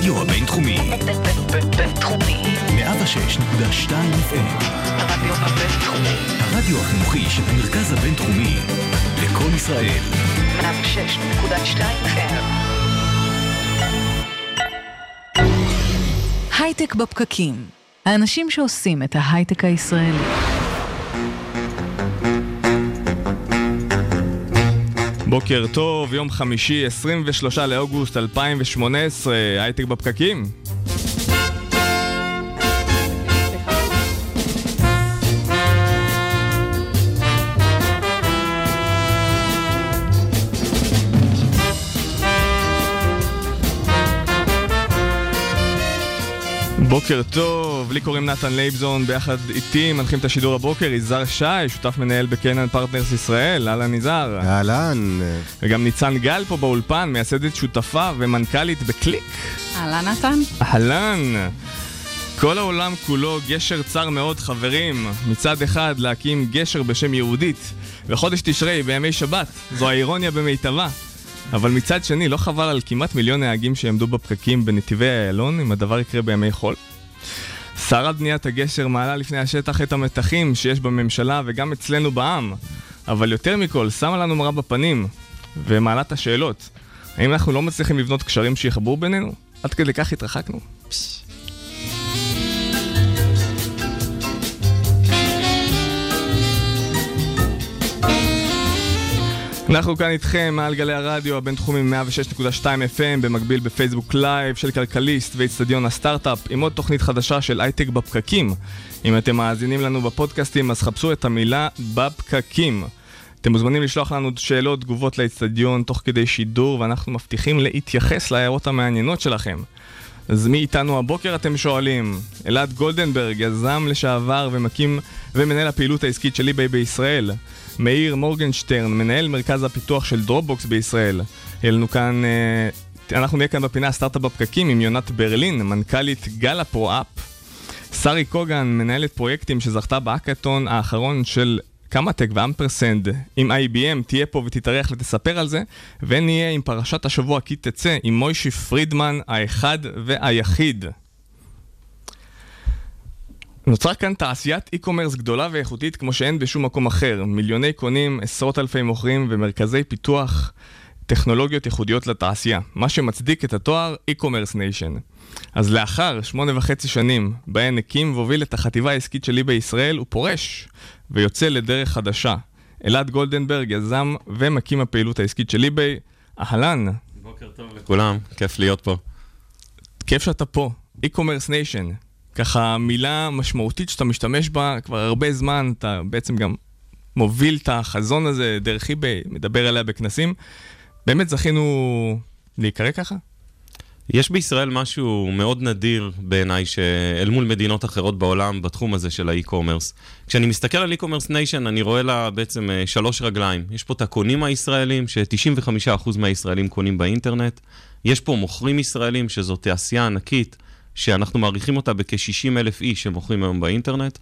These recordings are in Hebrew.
הרדיו הבינתחומי. בינתחומי. 106.2 FM. הרדיו הבינתחומי. הרדיו החינוכי של המרכז הבינתחומי. לכל ישראל. 106.2 FM. הייטק בפקקים. האנשים שעושים את ההייטק הישראלי. בוקר טוב, יום חמישי, 23 לאוגוסט 2018, הייטק בפקקים. בוקר טוב, לי קוראים נתן לייבזון, ביחד איתי מנחים את השידור הבוקר, יזהר שי, שותף מנהל בקנן פרטנרס ישראל. אהלן יזהר. אהלן. וגם ניצן גל פה באולפן, מייסדת שותפה ומנכ"לית בקליק. אהלן נתן. אהלן. כל העולם כולו גשר צר מאוד, חברים. מצד אחד להקים גשר בשם יהודית וחודש תשרי בימי שבת, זו האירוניה במיטבה. אבל מצד שני, לא חבל על כמעט מיליון נהגים שיעמדו בפקקים בנתיבי איילון אם הדבר יקרה בימי חול? שרת בניית הגשר מעלה לפני השטח את המתחים שיש בממשלה וגם אצלנו בעם, אבל יותר מכל, שמה לנו מראה בפנים ומעלה את השאלות. האם אנחנו לא מצליחים לבנות קשרים שיחברו בינינו? עד כדי כך התרחקנו? אנחנו כאן איתכם מעל גלי הרדיו הבינתחומי 106.2 FM, במקביל בפייסבוק לייב של כלכליסט ואצטדיון הסטארט-אפ, עם עוד תוכנית חדשה של הייטק בפקקים. אם אתם מאזינים לנו בפודקאסטים, אז חפשו את המילה בפקקים. אתם מוזמנים לשלוח לנו שאלות, תגובות לאצטדיון תוך כדי שידור, ואנחנו מבטיחים להתייחס להערות המעניינות שלכם. אז מי איתנו הבוקר אתם שואלים? אלעד גולדנברג, יזם לשעבר ומקים ומנהל הפעילות העסקית של eBay בישראל. מאיר מורגנשטרן, מנהל מרכז הפיתוח של דרופבוקס בישראל. אנחנו נהיה כאן בפינה סטארט-אפ בפקקים עם יונת ברלין, מנכ"לית גלה פרו-אפ. שרי קוגן, מנהלת פרויקטים שזכתה בהאקתון האחרון של קמאטק ואמפרסנד עם IBM, תהיה פה ותתארח ותספר על זה. ונהיה עם פרשת השבוע כי תצא עם מוישי פרידמן, האחד והיחיד. נוצרה כאן תעשיית e-commerce גדולה ואיכותית כמו שאין בשום מקום אחר. מיליוני קונים, עשרות אלפי מוכרים ומרכזי פיתוח טכנולוגיות ייחודיות לתעשייה. מה שמצדיק את התואר e-commerce nation. אז לאחר 8.5 שנים בהן הקים והוביל את החטיבה העסקית של eBay ישראל, הוא פורש ויוצא לדרך חדשה. אלעד גולדנברג, יזם ומקים הפעילות העסקית של eBay. אהלן. בוקר טוב לכולם, כיף להיות פה. כיף שאתה פה. e-commerce nation. ככה מילה משמעותית שאתה משתמש בה כבר הרבה זמן, אתה בעצם גם מוביל את החזון הזה דרך eBay, מדבר עליה בכנסים. באמת זכינו להיקרא ככה? יש בישראל משהו מאוד נדיר בעיניי שאל מול מדינות אחרות בעולם בתחום הזה של האי-קומרס. כשאני מסתכל על אי-קומרס ניישן, אני רואה לה בעצם 3 רגליים. יש פה את הקונים הישראלים, ש95% מהישראלים קונים באינטרנט. יש פה מוכרים ישראלים, שזו תעשייה ענקית, שאנחנו מעריכים אותה בכ-60,000 איש שמוכרים היום באינטרנט,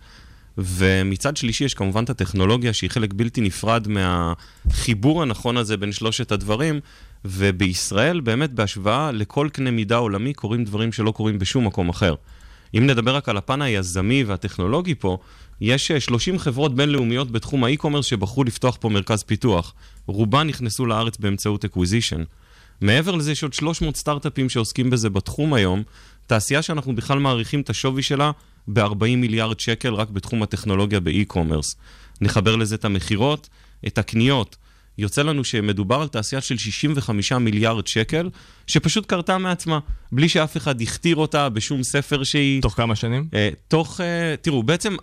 ומצד שלישי יש כמובן את הטכנולוגיה שהיא חלק בלתי נפרד מהחיבור הנכון הזה בין שלושת הדברים, ובישראל באמת בהשוואה לכל קנה מידה עולמי קורים דברים שלא קורים בשום מקום אחר. אם נדבר רק על הפן היזמי והטכנולוגי פה, יש 30 חברות בינלאומיות בתחום האי-קומרס שבחרו לפתוח פה מרכז פיתוח. רובן נכנסו לארץ באמצעות אקוויזישן. מעבר לזה יש עוד 300 סטארט-אפים שעוסקים בזה בתחום היום, תעשייה שאנחנו בכלל מעריכים את השווי שלה ב-40 מיליארד שקל רק בתחום הטכנולוגיה באי-קומרס. נחבר לזה את המחירות, את הקניות. יוצא לנו שמדובר על תעשייה של 65 מיליארד שקל, שפשוט קרתה מעצמה, בלי שאף אחד הכתיר אותה בשום ספר שהיא... תוך כמה שנים? תראו, בעצם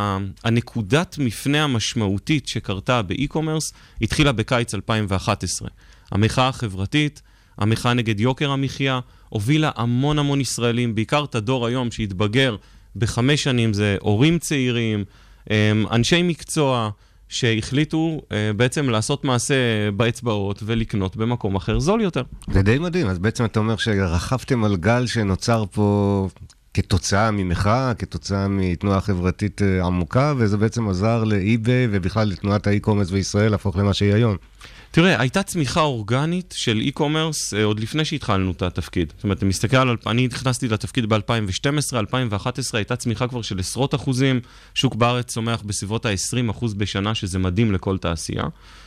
הנקודת מפנה המשמעותית שקרתה באי-קומרס, התחילה בקיץ 2011. המחאה החברתית, המחאה נגד יוקר המחיה, הובילה המון ישראלים, בעיקר את הדור היום שהתבגר ב5 שנים, זה הורים צעירים, אנשי מקצוע שהחליטו בעצם לעשות מעשה באצבעות ולקנות במקום אחר זול יותר. זה די מדהים, אז בעצם אתה אומר שרחפתם על גל שנוצר פה כתוצאה ממחאה, כתוצאה מתנועה חברתית עמוקה, וזה בעצם עזר לאי-ביי ובכלל לתנועת האי-קומרס בישראל להפוך למה שהיא היום. תראה, הייתה צמיחה אורגנית של e-commerce עוד לפני שהתחלנו את התפקיד. זאת אומרת, אני נכנסתי לתפקיד ב-2012, 2011, הייתה צמיחה כבר של עשרות אחוזים, שוק בארץ צומח בסביבות ה-20% בשנה, שזה מדהים לכל תעשייה.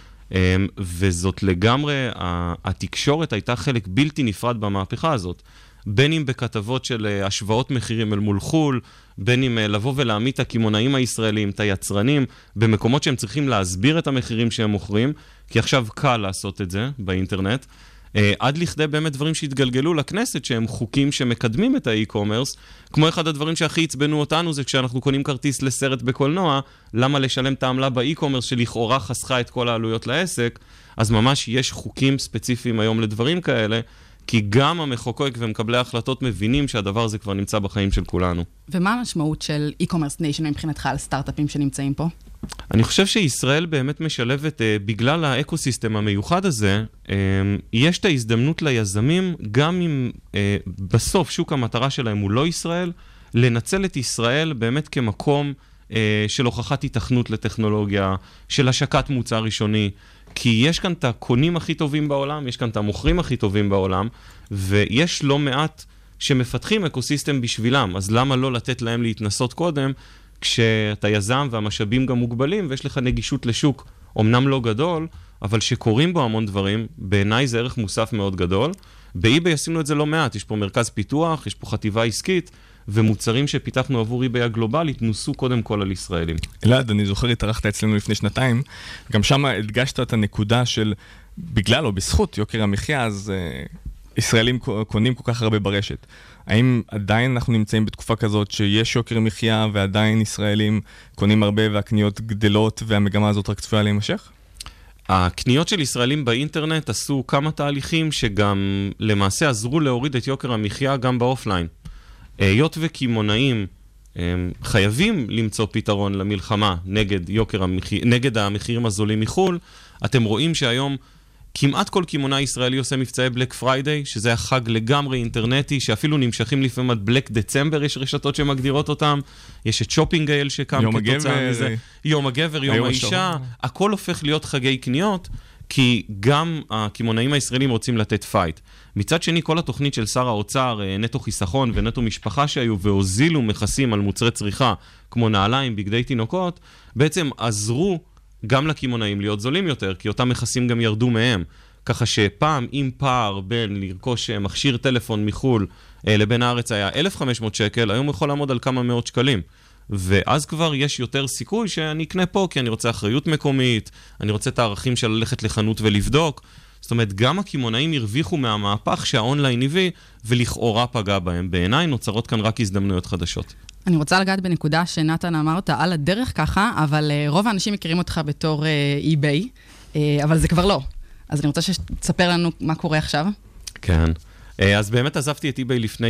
וזאת לגמרי, התקשורת הייתה חלק בלתי נפרד במהפכה הזאת. בין אם בכתבות של השוואות מחירים אל מול חול, בין אם לבוא ולהעמיד את הכימונאים הישראלים, את היצרנים, במקומות שהם צריכים להסביר את המחירים שהם מוכרים, כי עכשיו קל לעשות את זה באינטרנט, עד לכדי באמת דברים שהתגלגלו לכנסת, שהם חוקים שמקדמים את האי-קומרס, כמו אחד הדברים שהכי הצבנו אותנו, זה כשאנחנו קונים כרטיס לסרט בקולנוע, למה לשלם את העמלה באי-קומרס שלכאורה חסכה את כל העלויות לעסק, אז ממש יש חוקים ספציפיים היום לדברים כאלה, כי גם המחוקק ומקבלי ההחלטות מבינים שהדבר הזה כבר נמצא בחיים של כולנו. ומה המשמעות של e-commerce nation מבחינתך על סטארט-אפים שנמצאים פה? אני חושב שישראל באמת משלבת, בגלל האקוסיסטם המיוחד הזה, יש את ההזדמנות ליזמים, גם אם בסוף שוק המטרה שלהם הוא לא ישראל, לנצל את ישראל באמת כמקום של הוכחת התכנות לטכנולוגיה, של השקת מוצר ראשוני, כי יש כאן את הקונים הכי טובים בעולם, יש כאן את המוכרים הכי טובים בעולם, ויש לא מעט שמפתחים אקוסיסטם בשבילם, אז למה לא לתת להם להתנסות קודם, כשאתה יזם והמשאבים גם מוגבלים, ויש לך נגישות לשוק, אמנם לא גדול, אבל שקוראים בו המון דברים, בעיניי זה ערך מוסף מאוד גדול. באי-ביי עשינו את זה לא מעט, יש פה מרכז פיתוח, יש פה חטיבה עסקית, ומוצרים שפיתחנו עבור אי-ביי הגלובלית נוסו קודם כל על ישראלים. אלעד, אני זוכר, התארחת אצלנו לפני שנתיים, גם שם הדגשת את הנקודה של, בגלל או בזכות יוקר המחיה, אז ישראלים קונים כל כך הרבה ברשת. האם עדיין אנחנו נמצאים בתקופה כזאת שיש יוקר מחיה ועדיין ישראלים קונים הרבה והקניות גדלות והמגמה הזאת רק צפויה להימשך? הקניות של ישראלים באינטרנט עשו כמה תהליכים שגם למעשה עזרו להוריד את יוקר המחיה גם באופליין. היות וכימונאים חייבים למצוא פתרון למלחמה נגד המחירים הזולים מחול, אתם רואים שהיום כמעט כל כימונאי ישראלי עושה מבצעי בלק פריידיי, שזה החג לגמרי אינטרנטי, שאפילו נמשכים לפעמים עד בלק דצמבר, יש רשתות שמגדירות אותם, יש את שופינג אייל שקם כתוצאה מזה, יום הגבר, יום האישה, הכל הופך להיות חגי קניות, כי גם הכימונאים הישראלים רוצים לתת פייט. מצד שני, כל התוכנית של שר האוצר, נטו חיסכון ונטו משפחה שהיו, והוזילו מכסים על מוצרי צריכה, כמו נעליים, בגדי תינוקות, בעצם עזרו גם לכימונאים להיות זולים יותר, כי אותם מכסים גם ירדו מהם. ככה שפעם, אם פער בין לרכוש מכשיר טלפון מחול לבין הארץ היה 1,500 שקל, היום הוא יכול לעמוד על כמה מאות שקלים. ואז כבר יש יותר סיכוי שאני אקנה פה, כי אני רוצה אחריות מקומית, אני רוצה את הערכים של ללכת לחנות ולבדוק. זאת אומרת, גם הכימונאים הרוויחו מהמהפך שהאונליין הביא, ולכאורה פגע בהם. בעיניי נוצרות כאן רק הזדמנויות חדשות. אני רוצה לגעת בנקודה שנתן אמר אותה על הדרך ככה, אבל רוב האנשים מכירים אותך בתור אי-ביי, אבל זה כבר לא. אז אני רוצה שתספר לנו מה קורה עכשיו. כן. אז באמת עזבתי את אי-ביי לפני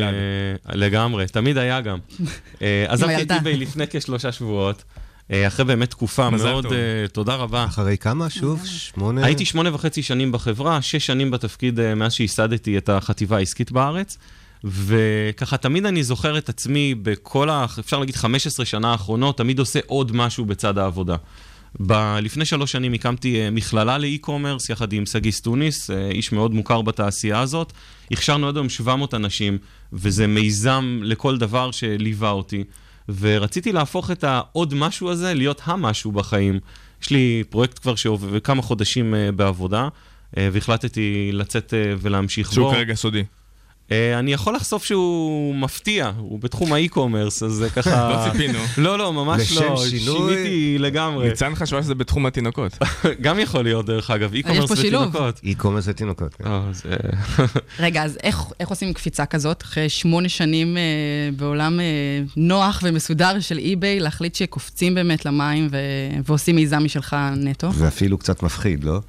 לגמרי, תמיד היה גם. עזבתי את אי-ביי לפני כ3 שבועות, אחרי באמת תקופה מאוד, תודה רבה. אחרי כמה? שוב? 8? הייתי 8.5 שנים בחברה, 6 שנים בתפקיד מאז שהסדתי את החטיבה העסקית בארץ, וככה תמיד אני זוכר את עצמי בכל, אפשר להגיד 15 שנה האחרונות, תמיד עושה עוד משהו בצד העבודה. לפני 3 שנים הקמתי מכללה לאי-קומרס, יחד עם סגיס טוניס, איש מאוד מוכר בתעשייה הזאת. הכשרנו עד היום 700 אנשים, וזה מיזם לכל דבר שליווה אותי. ורציתי להפוך את העוד משהו הזה להיות המשהו בחיים. יש לי פרויקט כבר כמה חודשים בעבודה, והחלטתי לצאת ולהמשיך בו. שהוא כרגע סודי. אני יכול לחשוף שהוא מפתיע, הוא בתחום האי-קומרס, אז זה ככה... לא ציפינו. לא, ממש לא, שיניתי לגמרי. ניצן חשבה שזה בתחום התינוקות. גם יכול להיות דרך אגב, אי-קומרס ותינוקות. אי-קומרס ותינוקות, כן. רגע, אז איך עושים קפיצה כזאת? אחרי 8 שנים בעולם נוח ומסודר של אי-ביי, להחליט שקופצים באמת למים ועושים מיזם משלך נטו? ואפילו קצת מפחיד, לא?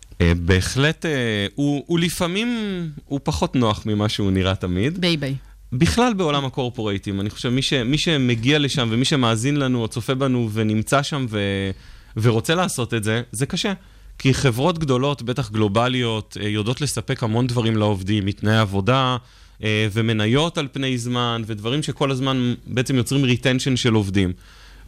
בהחלט, הוא לפעמים, הוא פחות נוח ממה שהוא נראה תמיד. ביי. בכלל בעולם הקורפורייטים, אני חושב, מי שמגיע לשם ומי שמאזין לנו או צופה בנו ונמצא שם ורוצה לעשות את זה, זה קשה. כי חברות גדולות, בטח גלובליות, יודעות לספק המון דברים לעובדים, מתנאי עבודה ומניות על פני זמן, ודברים שכל הזמן בעצם יוצרים ריטנשן של עובדים.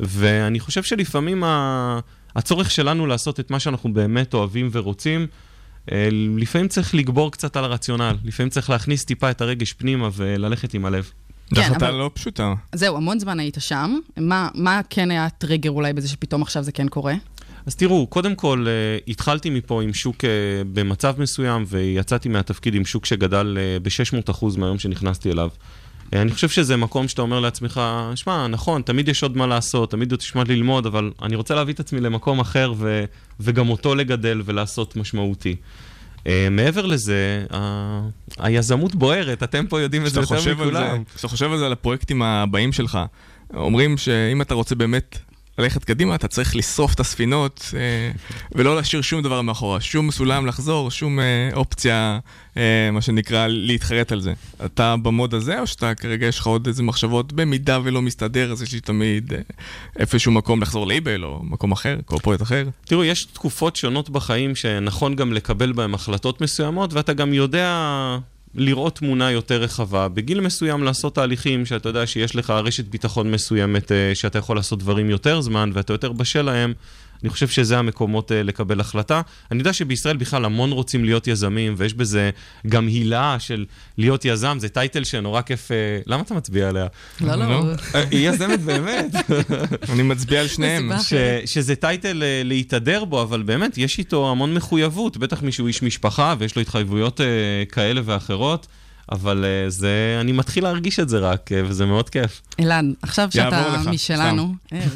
ואני חושב שלפעמים הצורך שלנו לעשות את מה שאנחנו באמת אוהבים ורוצים, לפעמים צריך לגבור קצת על הרציונל, לפעמים צריך להכניס טיפה את הרגש פנימה וללכת עם הלב. זו החלטה לא פשוטה. זהו, המון זמן היית שם. מה כן היה טריגר אולי בזה שפתאום עכשיו זה כן קורה? אז תראו, קודם כל, התחלתי מפה עם שוק במצב מסוים, ויצאתי מהתפקיד עם שוק שגדל ב-600% מהיום שנכנסתי אליו. אני חושב שזה מקום שאתה אומר לעצמך, שמע, נכון, תמיד יש עוד מה לעשות, תמיד יש מה ללמוד, אבל אני רוצה להביא את עצמי למקום אחר, וגם אותו לגדל ולעשות משמעותי. מעבר לזה, היזמות בוערת, אתם פה יודעים את זה יותר מכולם. כשאתה חושב על זה, על הפרויקטים הבאים שלך, אומרים שאם אתה רוצה באמת ללכת קדימה, אתה צריך לשרוף את הספינות, ולא להשאיר שום דבר מאחורה, שום סולם לחזור, שום אופציה, מה שנקרא, להתחרט על זה. אתה במוד הזה, או שאתה כרגע יש לך עוד איזה מחשבות, במידה ולא מסתדר, אז יש לי תמיד איפשהו מקום לחזור לאיבל, או מקום אחר, קורפורט אחר? תראו, יש תקופות שונות בחיים שנכון גם לקבל בהן החלטות מסוימות, ואתה גם יודע לראות תמונה יותר רחבה, בגיל מסוים לעשות תהליכים שאתה יודע שיש לך רשת ביטחון מסוימת, שאתה יכול לעשות דברים יותר זמן ואתה יותר בשל להם. אני חושב שזה המקומות לקבל החלטה. אני יודע שבישראל בכלל המון רוצים להיות יזמים, ויש בזה גם הילה של להיות יזם, זה טייטל שנורא כיף. למה אתה מצביע עליה? לא. היא יזמת באמת. אני מצביע על שניהם. שזה טייטל להתהדר בו, אבל באמת יש איתו המון מחויבות, בטח מישהו איש משפחה, ויש לו התחייבויות כאלה ואחרות. אבל אני מתחיל להרגיש את זה רק, וזה מאוד כיף. אלעד, עכשיו שאתה משלנו,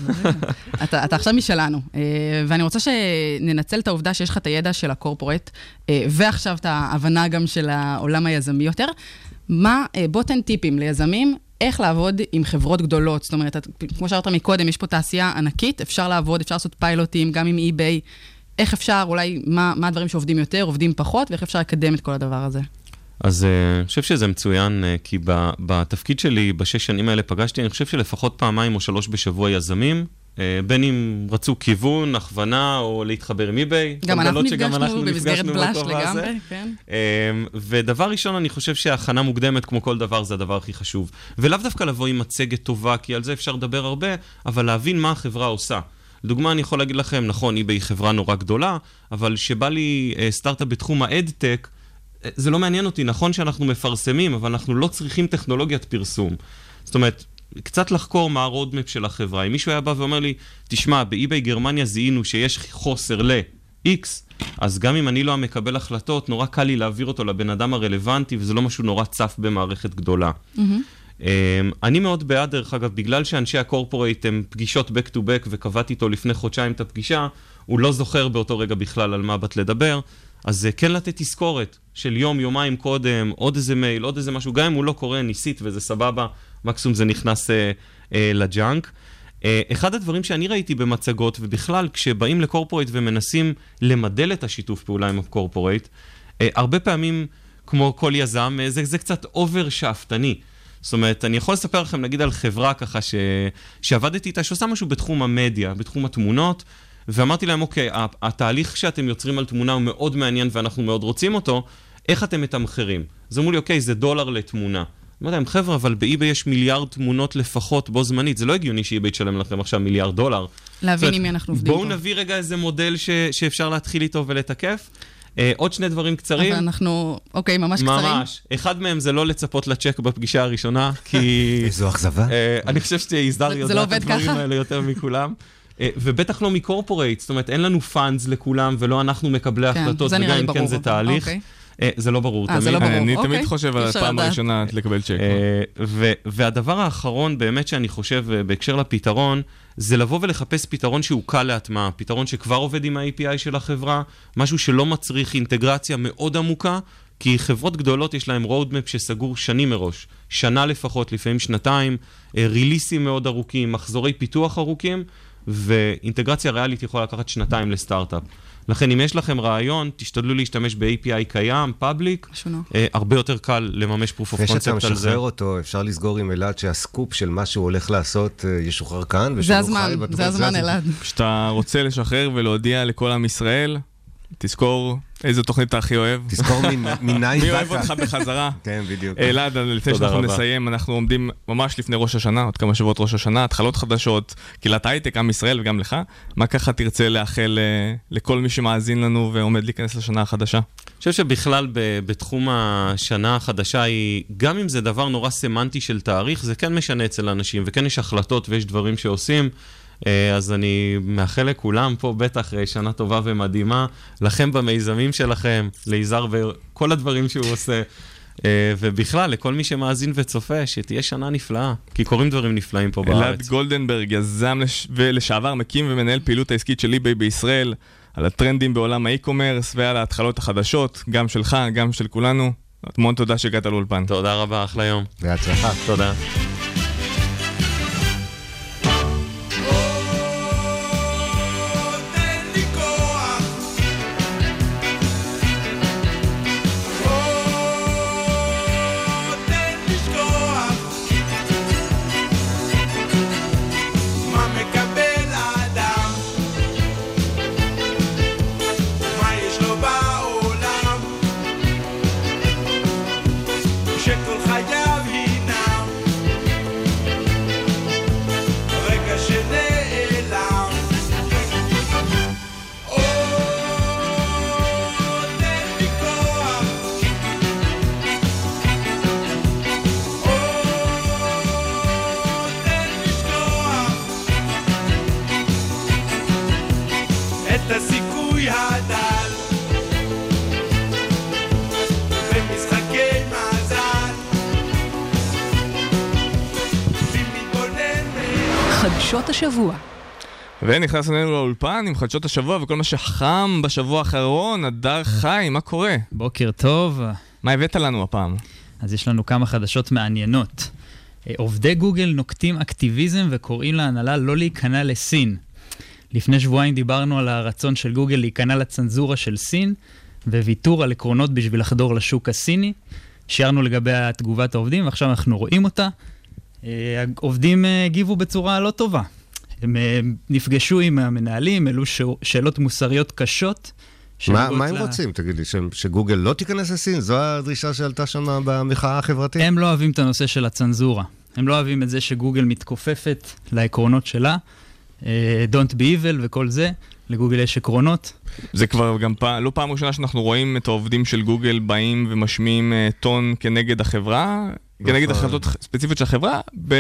אתה עכשיו משלנו, ואני רוצה שננצל את העובדה שיש לך את הידע של הקורפורט, ועכשיו את ההבנה גם של העולם היזמי יותר. בוא תן טיפים ליזמים, איך לעבוד עם חברות גדולות. זאת אומרת, כמו שאמרת מקודם, יש פה תעשייה ענקית, אפשר לעבוד, אפשר לעשות פיילוטים, גם עם eBay. איך אפשר, אולי, מה הדברים שעובדים יותר, עובדים פחות, ואיך אפשר לקדם את כל הדבר הזה? אז אני חושב שזה מצוין, כי בתפקיד שלי, בשש שנים האלה פגשתי, אני חושב שלפחות פעמיים או 3 בשבוע יזמים, בין אם רצו כיוון, הכוונה, או להתחבר עם eBay. גם אנחנו נפגשנו במסגרת בלש לגמרי, כן. ודבר ראשון, אני חושב שההכנה מוקדמת, כמו כל דבר, זה הדבר הכי חשוב. ולאו דווקא לבוא עם מצגת טובה, כי על זה אפשר לדבר הרבה, אבל להבין מה החברה עושה. לדוגמה, אני יכול להגיד לכם, נכון, eBay היא חברה נורא גדולה, אבל שבא לי סטארט-אפ בתחום האד-טק, זה לא מעניין אותי, נכון שאנחנו מפרסמים, אבל אנחנו לא צריכים טכנולוגיית פרסום. זאת אומרת, קצת לחקור מה הרודמפ של החברה. אם מישהו היה בא ואומר לי, תשמע, באי-ביי גרמניה זיהינו שיש חוסר ל-X, אז גם אם אני לא מקבל החלטות, נורא קל לי להעביר אותו לבן אדם הרלוונטי, וזה לא משהו נורא צף במערכת גדולה. אני מאוד בעד, דרך אגב, בגלל שאנשי הקורפורייט הם פגישות back to back, וקבעתי איתו לפני חודשיים את הפגישה, הוא לא זוכר באותו רגע בכלל על מה באת לדבר, אז כן לתת תזכורת של יום, יומיים קודם, עוד איזה מייל, עוד איזה משהו, גם אם הוא לא קורא ניסית וזה סבבה, מקסימום זה נכנס לג'אנק. אחד הדברים שאני ראיתי במצגות, ובכלל כשבאים לקורפורייט ומנסים למדל את השיתוף פעולה עם הקורפורייט, הרבה פעמים, כמו כל יזם, זה קצת אובר שאפתני. זאת אומרת, אני יכול לספר לכם, נגיד על חברה ככה שעבדתי איתה, שעושה משהו בתחום המדיה, בתחום התמונות, ואמרתי להם, אוקיי, התהליך שאתם יוצרים על תמונה הוא מאוד מעניין ואנחנו מאוד רוצים אותו, איך אתם מתמחרים? אז אמרו לי, אוקיי, זה $1 לתמונה. אמרתי להם, חבר'ה, אבל באי-ביי יש מיליארד תמונות לפחות בו זמנית, זה לא הגיוני שאי-ביי תשלם לכם עכשיו $1 מיליארד. להבין עם מי אנחנו עובדים פה. בואו נביא רגע איזה מודל שאפשר להתחיל איתו ולתקף. עוד 2 דברים קצרים. אבל אנחנו, אוקיי, ממש קצרים. ממש. אחד מהם זה לא לצפות לצ'ק בפגישה הראשונה, כי איזו אכזבה. אני חושב שיזדר יודעת את הדברים האלה יותר מכולם. ובטח לא מקורפורייט, זאת אומרת, אין לנו פאנדס לכולם, ולא אנחנו מקבלי החלטות, וגם אם כן זה תהליך. זה לא ברור. אני תמיד חושב על הפעם הראשונה לקבל צ'ק. והדבר האחרון באמת שאני חושב בהקשר לפתרון, זה לבוא ולחפש פתרון שהוא קל להטמעה, פתרון שכבר עובד עם ה-API של החברה, משהו שלא מצריך אינטגרציה מאוד עמוקה, כי חברות גדולות יש להם roadmap שסגור שנים מראש, שנה לפחות, לפעמים 2, ריליסים מאוד ארוכים, מחזורי פיתוח ארוכים, ואינטגרציה ריאלית יכולה לקחת 2 לסטארט-אפ. לכן, אם יש לכם רעיון, תשתדלו להשתמש ב-API קיים, פאבליק, הרבה יותר קל לממש proof of concept על זה. ושאתה משחרר אותו, אפשר לסגור עם אלעד שהסקופ של מה שהוא הולך לעשות ישוחרר כאן, זה הזמן, אלעד. כשאתה רוצה לשחרר ולהודיע לכל עם ישראל, תזכור איזו תוכנית אתה הכי אוהב. תזכור מניין מי אוהב אותך בחזרה. כן, בדיוק. אלעד, לפני שאנחנו נסיים, אנחנו עומדים ממש לפני ראש השנה, עוד כמה שבועות ראש השנה, התחלות חדשות, קהילת הייטק, עם ישראל וגם לך. מה ככה תרצה לאחל לכל מי שמאזין לנו ועומד להיכנס לשנה החדשה? אני חושב שבכלל בתחום השנה החדשה היא, גם אם זה דבר נורא סמנטי של תאריך, זה כן משנה אצל אנשים, וכן יש החלטות ויש דברים שעושים. אז אני מאחל לכולם פה בטח שנה טובה ומדהימה, לכם במיזמים שלכם, ליזהר וכל הדברים שהוא עושה, ובכלל לכל מי שמאזין וצופה, שתהיה שנה נפלאה, כי קורים דברים נפלאים פה בארץ. אלעד גולדנברג, יזם ולשעבר מקים ומנהל פעילות העסקית של eBay בישראל, על הטרנדים בעולם האי-קומרס ועל ההתחלות החדשות, גם שלך, גם של כולנו. המון תודה שהגעת לאולפן. תודה רבה, אחלה יום. בהצלחה. תודה. חדשות השבוע. ונכנסנו אלינו לאולפן עם חדשות השבוע וכל מה שחם בשבוע האחרון. הדר חי, מה קורה? בוקר טוב. מה הבאת לנו הפעם? אז יש לנו כמה חדשות מעניינות. עובדי גוגל נוקטים אקטיביזם וקוראים להנהלה לא להיכנע לסין. לפני שבועיים דיברנו על הרצון של גוגל להיכנע לצנזורה של סין, וויתור על עקרונות בשביל לחדור לשוק הסיני. שירנו לגבי תגובת העובדים, ועכשיו אנחנו רואים אותה. העובדים הגיבו בצורה לא טובה. הם נפגשו עם המנהלים, אלו שאלות מוסריות קשות. מה הם רוצים, תגיד לי, שגוגל לא תיכנס לסין? זו הדרישה שעלתה שם במחאה החברתית? הם לא אוהבים את הנושא של הצנזורה. הם לא אוהבים את זה שגוגל מתכופפת לעקרונות שלה. Don't be evil וכל זה. לגוגל יש עקרונות. זה כבר גם לא פעם ראשונה שאנחנו רואים את העובדים של גוגל באים ומשמיעים טון כנגד החברה, כנגד החלטות ספציפיות של החברה,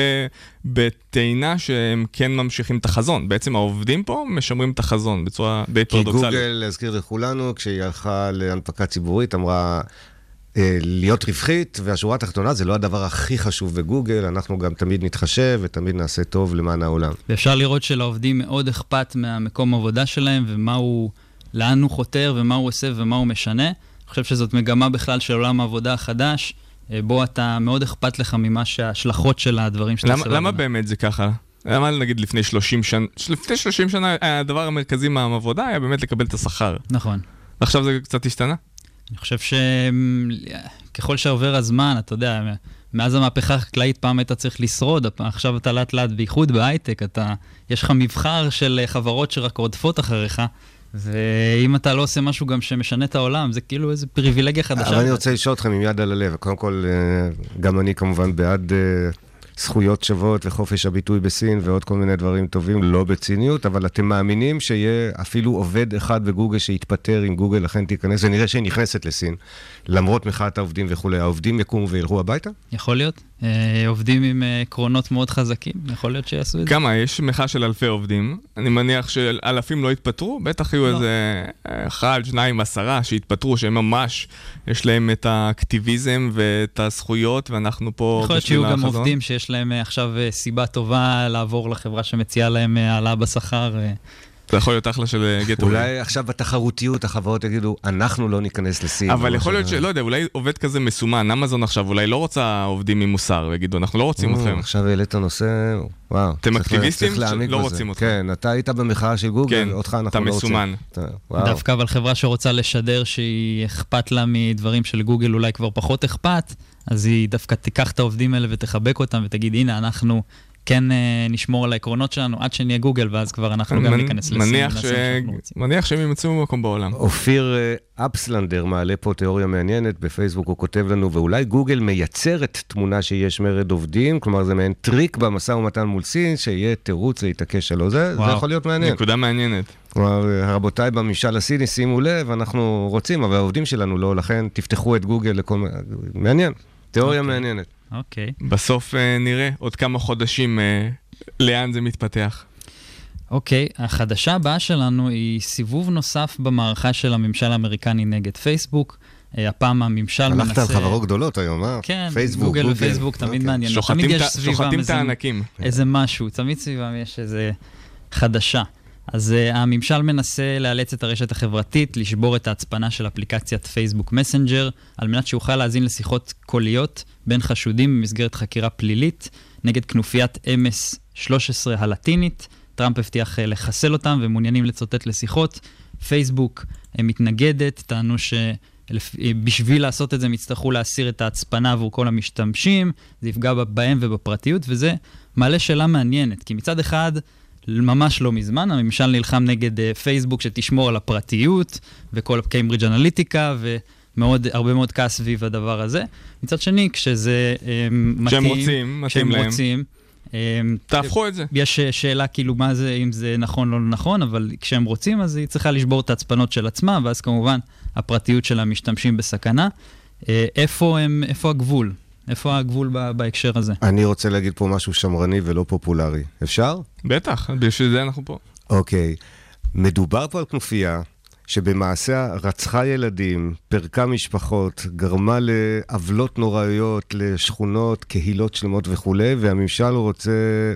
בטענה שהם כן ממשיכים את החזון. בעצם העובדים פה משמרים את החזון בצורה די פרדוקסלית. כי גוגל, להזכיר לכולנו, כשהיא הלכה להנפקה ציבורית, אמרה להיות רווחית, והשורה התחתונה זה לא הדבר הכי חשוב בגוגל, אנחנו גם תמיד נתחשב ותמיד נעשה טוב למען העולם. ואפשר לראות שלעובדים מאוד אכפת מהמקום עבודה שלהם, לאן הוא חותר ומה הוא עושה ומה הוא משנה. אני חושב שזאת מגמה בכלל של עולם העבודה החדש, בו אתה מאוד אכפת לך ממה שההשלכות של הדברים שאתה עושה. למה באמת זה ככה? למה נגיד לפני 30 שנה הדבר המרכזי מהעבודה היה באמת לקבל את השכר? נכון. עכשיו זה קצת השתנה? אני חושב שככל שעובר הזמן, אתה יודע, מאז המהפכה החקלאית פעם היית צריך לשרוד, עכשיו אתה לאט לאט בייחוד בהייטק, יש לך מבחר של חברות שרק רודפות אחריך, ואם אתה לא עושה משהו גם שמשנה את העולם, זה כאילו איזו פריבילגיה חדשה. אבל אני רוצה לשאול אתכם עם יד על הלב. קודם כל, גם אני כמובן בעד זכויות שוות וחופש הביטוי בסין ועוד כל מיני דברים טובים, לא בציניות, אבל אתם מאמינים שיהיה אפילו עובד אחד בגוגל שיתפטר עם גוגל, לכן תיכנס, ונראה שהיא נכנסת לסין, למרות מחאת העובדים וכולי, העובדים יקומו וילכו הביתה? יכול להיות. עובדים עם עקרונות מאוד חזקים, יכול להיות שיעשו את זה. כמה? יש מחאה של אלפי עובדים. אני מניח שאלפים לא יתפטרו, בטח יהיו איזה 1, 2, 10 שיתפטרו, שהם ממש, יש להם את האקטיביזם ואת הזכויות, ואנחנו פה... יכול להיות שיהיו גם עובדים שיש להם עכשיו סיבה טובה לעבור לחברה שמציעה להם העלאה בשכר. זה יכול להיות אחלה של גטו. אולי עכשיו בתחרותיות החברות יגידו, אנחנו לא ניכנס לסין. אבל יכול להיות שלא יודע, אולי עובד כזה מסומן, אמזון עכשיו, אולי לא רוצה עובדים עם מוסר, ויגידו, אנחנו לא רוצים אתכם. עכשיו העלית נושא, וואו. אתם אקטיביסטים שלא רוצים אתכם. כן, אתה היית במחאה של גוגל, אותך אנחנו לא רוצים. כן, אתה מסומן. דווקא אבל חברה שרוצה לשדר שהיא אכפת לה מדברים של גוגל, אולי כבר פחות אכפת, אז היא דווקא תיקח את העובדים האלה ותחבק אותם ותגיד, הנה, אנחנו כן נשמור על העקרונות שלנו עד שנהיה גוגל, ואז כבר אנחנו גם ניכנס לסין. מניח שהם ימצאו במקום בעולם. אופיר אפסלנדר מעלה פה תיאוריה מעניינת, בפייסבוק הוא כותב לנו, ואולי גוגל מייצרת תמונה שיש מרד עובדים, כלומר זה מעין טריק במשא ומתן מול סין, שיהיה תירוץ להתעקש שלו. זה יכול להיות מעניין. נקודה מעניינת. כלומר, רבותיי בממשל הסיני, שימו לב, אנחנו רוצים, אבל העובדים שלנו לא, לכן תפתחו את גוגל לכל... מעניין, תיאוריה מעניינת. אוקיי. בסוף נראה עוד כמה חודשים לאן זה מתפתח. אוקיי, החדשה הבאה שלנו היא סיבוב נוסף במערכה של הממשל האמריקני נגד פייסבוק. הפעם הממשל מנסה... הלכת על חברות גדולות היום, כן, פייסבוק, גוגל ופייסבוק תמיד מעניין. שוחטים את הענקים. איזה משהו, תמיד סביבם יש איזה חדשה. אז הממשל מנסה לאלץ את הרשת החברתית, לשבור את ההצפנה של אפליקציית פייסבוק מסנג'ר, על מנת שיוכל להזין לשיחות קוליות בין חשודים במסגרת חקירה פלילית, נגד כנופיית MS-13 הלטינית. טראמפ הבטיח לחסל אותם ומעוניינים לצוטט לשיחות. פייסבוק מתנגדת, טענו שבשביל לעשות את זה מצטרכו להסיר את ההצפנה עבור כל המשתמשים, זה יפגע בהם ובפרטיות, וזה מעלה שאלה מעניינת, כי מצד אחד... ממש לא מזמן, הממשל נלחם נגד פייסבוק שתשמור על הפרטיות וכל קיימברידג' אנליטיקה והרבה מאוד כעס סביב הדבר הזה. מצד שני, כשזה מתאים, כשהם רוצים, תהפכו את זה. יש שאלה כאילו מה זה, אם זה נכון או לא נכון, אבל כשהם רוצים אז היא צריכה לשבור את ההצפנות של עצמה, ואז כמובן הפרטיות של המשתמשים בסכנה. איפה הגבול? איפה הגבול בהקשר הזה? אני רוצה להגיד פה משהו שמרני ולא פופולרי. אפשר? בטח, בשביל זה אנחנו פה. אוקיי. מדובר פה על כנופיה שבמעשה רצחה ילדים, פרקה משפחות, גרמה לעוולות נוראיות, לשכונות, קהילות שלמות וכו', והממשל רוצה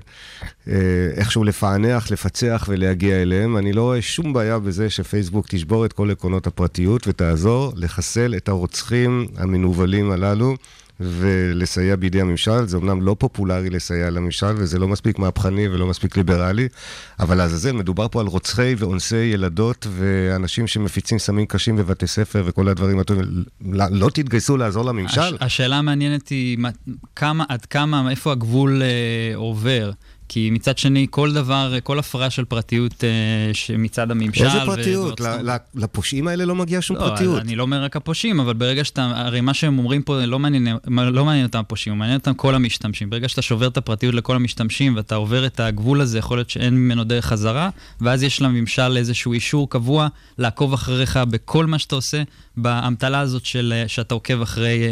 איכשהו לפענח, לפצח ולהגיע אליהם. אני לא רואה שום בעיה בזה שפייסבוק תשבור את כל עקרונות הפרטיות ותעזור לחסל את הרוצחים המנובלים הללו. ולסייע בידי הממשל. זה אומנם לא פופולרי לסייע לממשל, וזה לא מספיק מהפכני ולא מספיק ליברלי, אבל אז זה מדובר פה על רוצחי ואונסי ילדות, ואנשים שמפיצים סמים קשים בבתי ספר וכל הדברים. לא תתגייסו לעזור לממשל? השאלה המעניינת היא עד כמה, איפה הגבול עובר? כי מצד שני, כל דבר, כל הפרעה של פרטיות מצד הממשל... איזה פרטיות? לפושעים האלה לא מגיע שום פרטיות. אני לא אומר רק הפושעים, אבל ברגע שאתה... הרי מה שהם אומרים פה לא מעניין אותם הפושעים, מעניין אותם כל המשתמשים. ברגע שאתה שובר את הפרטיות לכל המשתמשים, ואתה עובר את הגבול הזה, יכול להיות שאין ממנו דרך חזרה, ואז יש לממשל איזשהו אישור קבוע לעקוב אחריך בכל מה שאתה עושה, באמתלה הזאת שאתה עוקב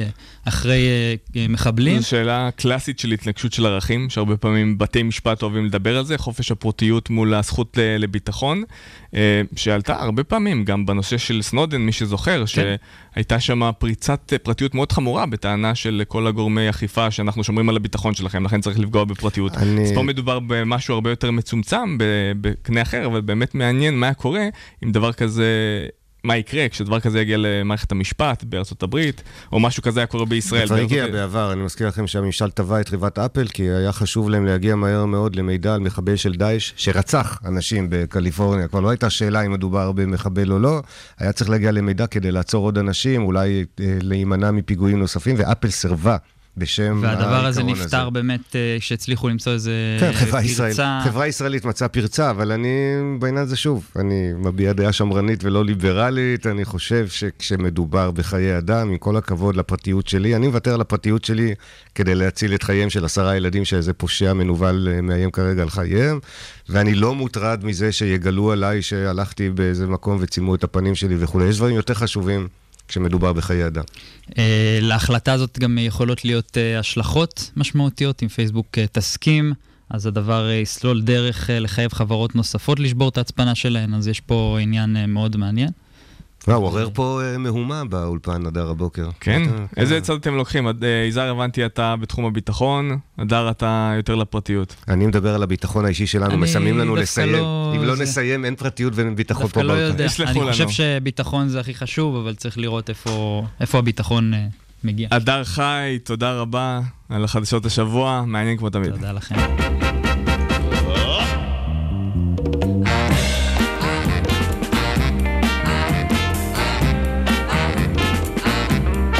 אחרי מחבלים. זו שאלה קלאסית של התנגשות של ערכים, שהרבה פעמים בתי משפט אוהבים לדבר על זה, חופש הפרטיות מול הזכות לביטחון, שעלתה הרבה פעמים, גם בנושא של סנודן, מי שזוכר, שהייתה שם פריצת פרטיות מאוד חמורה, בטענה של כל הגורמי אכיפה, שאנחנו שומרים על הביטחון שלכם, לכן צריך לפגוע בפרטיות. אז פה מדובר במשהו הרבה יותר מצומצם, בקנה אחר, אבל באמת מעניין מה קורה, אם דבר כזה... מה יקרה כשדבר כזה יגיע למערכת המשפט בארצות הברית, או משהו כזה היה קורה בישראל. כבר הגיע בעבר, אני מזכיר לכם שהממשל טבע את ריבת אפל, כי היה חשוב להם להגיע מהר מאוד למידע על מחבל של דאעש, שרצח אנשים בקליפורניה. כבר לא הייתה שאלה אם מדובר במחבל או לא, היה צריך להגיע למידע כדי לעצור עוד אנשים, אולי להימנע מפיגועים נוספים, ואפל סרבה. והדבר הזה נפטר באמת שהצליחו למצוא איזה פרצה. חברה ישראלית מצאה פרצה, אבל אני בעניין הזה שוב, אני מביע דעה שמרנית ולא ליברלית, אני חושב שכשמדובר בחיי אדם, עם כל הכבוד לפרטיות שלי, אני מוותר על הפרטיות שלי כדי להציל את חייהם של 10 ילדים שאיזה פושע מנוול מאיים כרגע על חייהם, ואני לא מוטרד מזה שיגלו עליי שהלכתי באיזה מקום וצימו את הפנים שלי וכו'. יש דברים יותר חשובים כשמדובר בחיי אדם. להחלטה הזאת גם יכולות להיות השלכות משמעותיות, אם פייסבוק תסכים, אז הדבר יסלול דרך לחייב חברות נוספות לשבור את ההצפנה שלהן, אז יש פה עניין מאוד מעניין. הוא עורר פה מהומה באולפן נדר הבוקר. כן? איזה צד אתם לוקחים? יזהר, הבנתי, אתה בתחום הביטחון, נדר, אתה יותר לפרטיות. אני מדבר על הביטחון האישי שלנו, מסיימים לנו לסיים. אם לא נסיים, אין פרטיות ואין ביטחון פה באולפן. אני חושב שביטחון זה הכי חשוב, אבל צריך לראות איפה הביטחון מגיע. נדר חי, תודה רבה על החדשות השבוע, מעניין כמו תמיד. תודה לכם.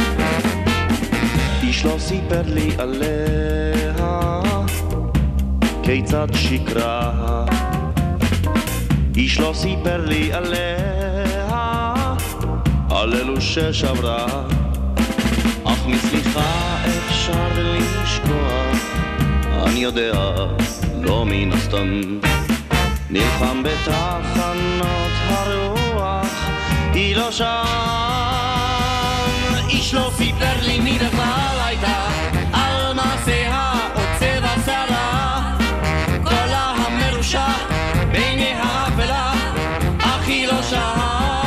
לא סיפר לי עליה, כיצד שקרה, איש לא סיפר לי עליה, על אלו ששברה, אך מסליחה אפשר לשכוח, אני יודע, לא מן הסתם, נלחם בתחנות הרוח, היא לא שם, איש לא סיפר לי מי בכלל הייתה, על מעשיה או צבע שרה, כל המרושע בעיני האפלה, אך היא לא שם.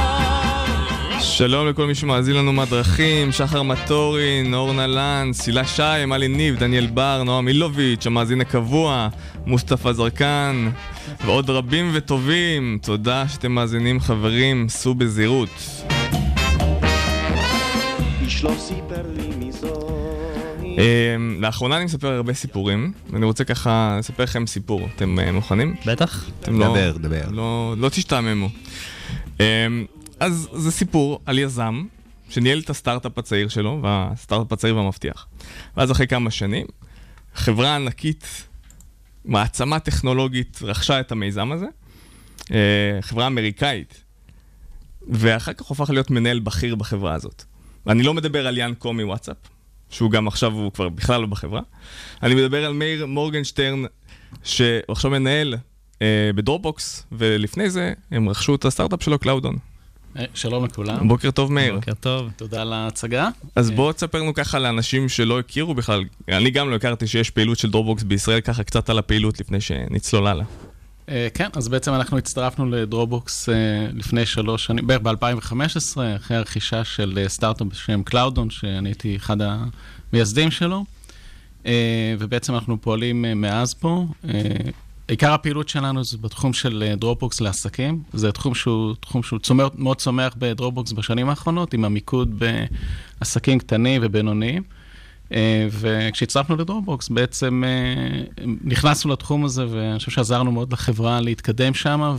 שלום לכל מי שמאזין לנו מהדרכים, שחר מטורין, אורנה לנס, שילה שי, מלי ניב, דניאל בר, נועם אילוביץ', המאזין הקבוע, מוסטפא זרקן, ועוד רבים וטובים. תודה שאתם מאזינים חברים, סעו בזהירות. לאחרונה אני מספר הרבה סיפורים, ואני רוצה ככה לספר לכם סיפור. אתם מוכנים? בטח. דבר. לא תשתעממו. אז זה סיפור על יזם שניהל את הסטארט-אפ הצעיר שלו, והסטארט-אפ הצעיר והמבטיח. ואז אחרי כמה שנים, חברה ענקית, מעצמה טכנולוגית, רכשה את המיזם הזה, חברה אמריקאית, ואחר כך הופך להיות מנהל בכיר בחברה הזאת. ואני לא מדבר על יאן קומי וואטסאפ, שהוא גם עכשיו הוא כבר בכלל לא בחברה. אני מדבר על מאיר מורגנשטרן, שהוא עכשיו מנהל בדרופבוקס, ולפני זה הם רכשו את הסטארט-אפ שלו, קלאודון. שלום לכולם. בוקר טוב, מאיר. בוקר טוב. תודה על ההצגה. אז בואו תספרנו ככה לאנשים שלא הכירו בכלל. אני גם לא הכרתי שיש פעילות של דרופבוקס בישראל, ככה קצת על הפעילות לפני שנצלול הלאה. כן, אז בעצם אנחנו הצטרפנו לדרופבוקס לפני 3 שנים, בערך ב-2015, אחרי הרכישה של סטארט-אפ בשם קלאודון, שאני הייתי אחד המייסדים שלו, ובעצם אנחנו פועלים מאז פה. עיקר הפעילות שלנו זה בתחום של דרופבוקס לעסקים. זה תחום שהוא מאוד צומח בדרופבוקס בשנים האחרונות, עם המיקוד בעסקים קטנים ובינוניים. וכשהצטרפנו לדרופבוקס, בעצם נכנסנו לתחום הזה, ואני חושב שעזרנו מאוד לחברה להתקדם שם,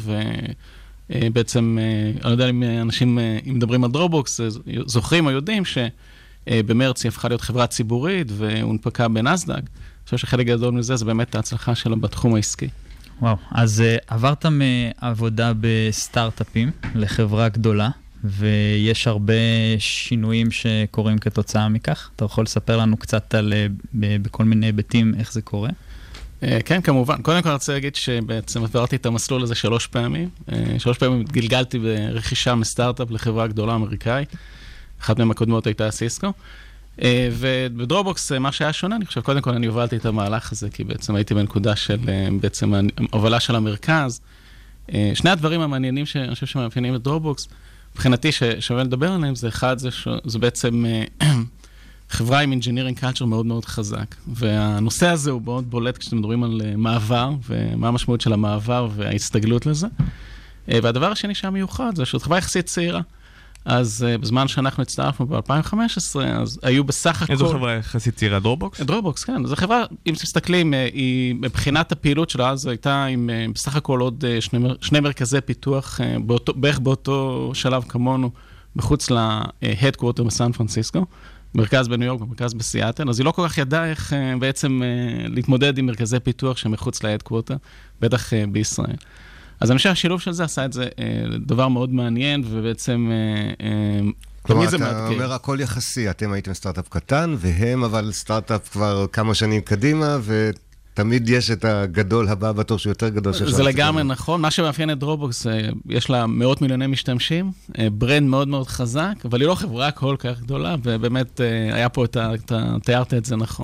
ובעצם, אני לא יודע אם אנשים, אם מדברים על דרופבוקס, זוכרים או יודעים שבמרץ היא הפכה להיות חברה ציבורית, והונפקה בנסד"ק. אני חושב שחלק גדול מזה זה באמת ההצלחה שלה בתחום העסקי. וואו, אז עברת מעבודה בסטארט-אפים לחברה גדולה, ויש הרבה שינויים שקורים כתוצאה מכך. אתה יכול לספר לנו קצת על, בכל מיני היבטים, איך זה קורה? כן, כמובן. קודם כל אני רוצה להגיד שבעצם עברתי את המסלול הזה 3 פעמים. 3 פעמים גלגלתי ברכישה מסטארט-אפ לחברה גדולה אמריקאית. אחת מהם הקודמות הייתה סיסקו. ובדרופבוקס, מה שהיה שונה, אני חושב, קודם כל אני הובלתי את המהלך הזה, כי בעצם הייתי בנקודה של בעצם ההובלה של המרכז. שני הדברים המעניינים שאני חושב שמאפיינים את דרופבוקס, מבחינתי ששווה לדבר עליהם, זה אחד, זה בעצם חברה עם engineering culture מאוד מאוד חזק. והנושא הזה הוא מאוד בולט כשאתם מדברים על מעבר, ומה המשמעות של המעבר וההסתגלות לזה. והדבר השני שהמיוחד זה שזאת חברה יחסית צעירה. אז בזמן שאנחנו הצטרפנו ב-2015, אז היו בסך הכל... איזו חברה יחסית צעירה? דרופבוקס? דרופבוקס, כן. זו חברה, אם מסתכלים, היא מבחינת הפעילות שלה, אז הייתה עם בסך הכל עוד 2 מרכזי פיתוח, בערך באותו שלב כמונו, מחוץ ל-headquarter בסן פרנסיסקו, מרכז בניו יורק ומרכז בסיאטל, אז היא לא כל כך ידעה איך בעצם להתמודד עם מרכזי פיתוח שמחוץ ל-headquarter, בטח בישראל. אז אני חושב שהשילוב של זה עשה את זה דבר מאוד מעניין, ובעצם כלומר, אתה אומר הכל יחסי, אתם הייתם סטארט-אפ קטן, והם אבל סטארט-אפ כבר כמה שנים קדימה, ותמיד יש את הגדול הבא בתור שהוא יותר גדול. זה לגמרי נכון, מה שמאפיין את דרופבוקס, יש לה מאות מיליוני משתמשים, ברנד מאוד מאוד חזק, אבל היא לא חברה כל כך גדולה, ובאמת היה פה, תיארת את זה נכון.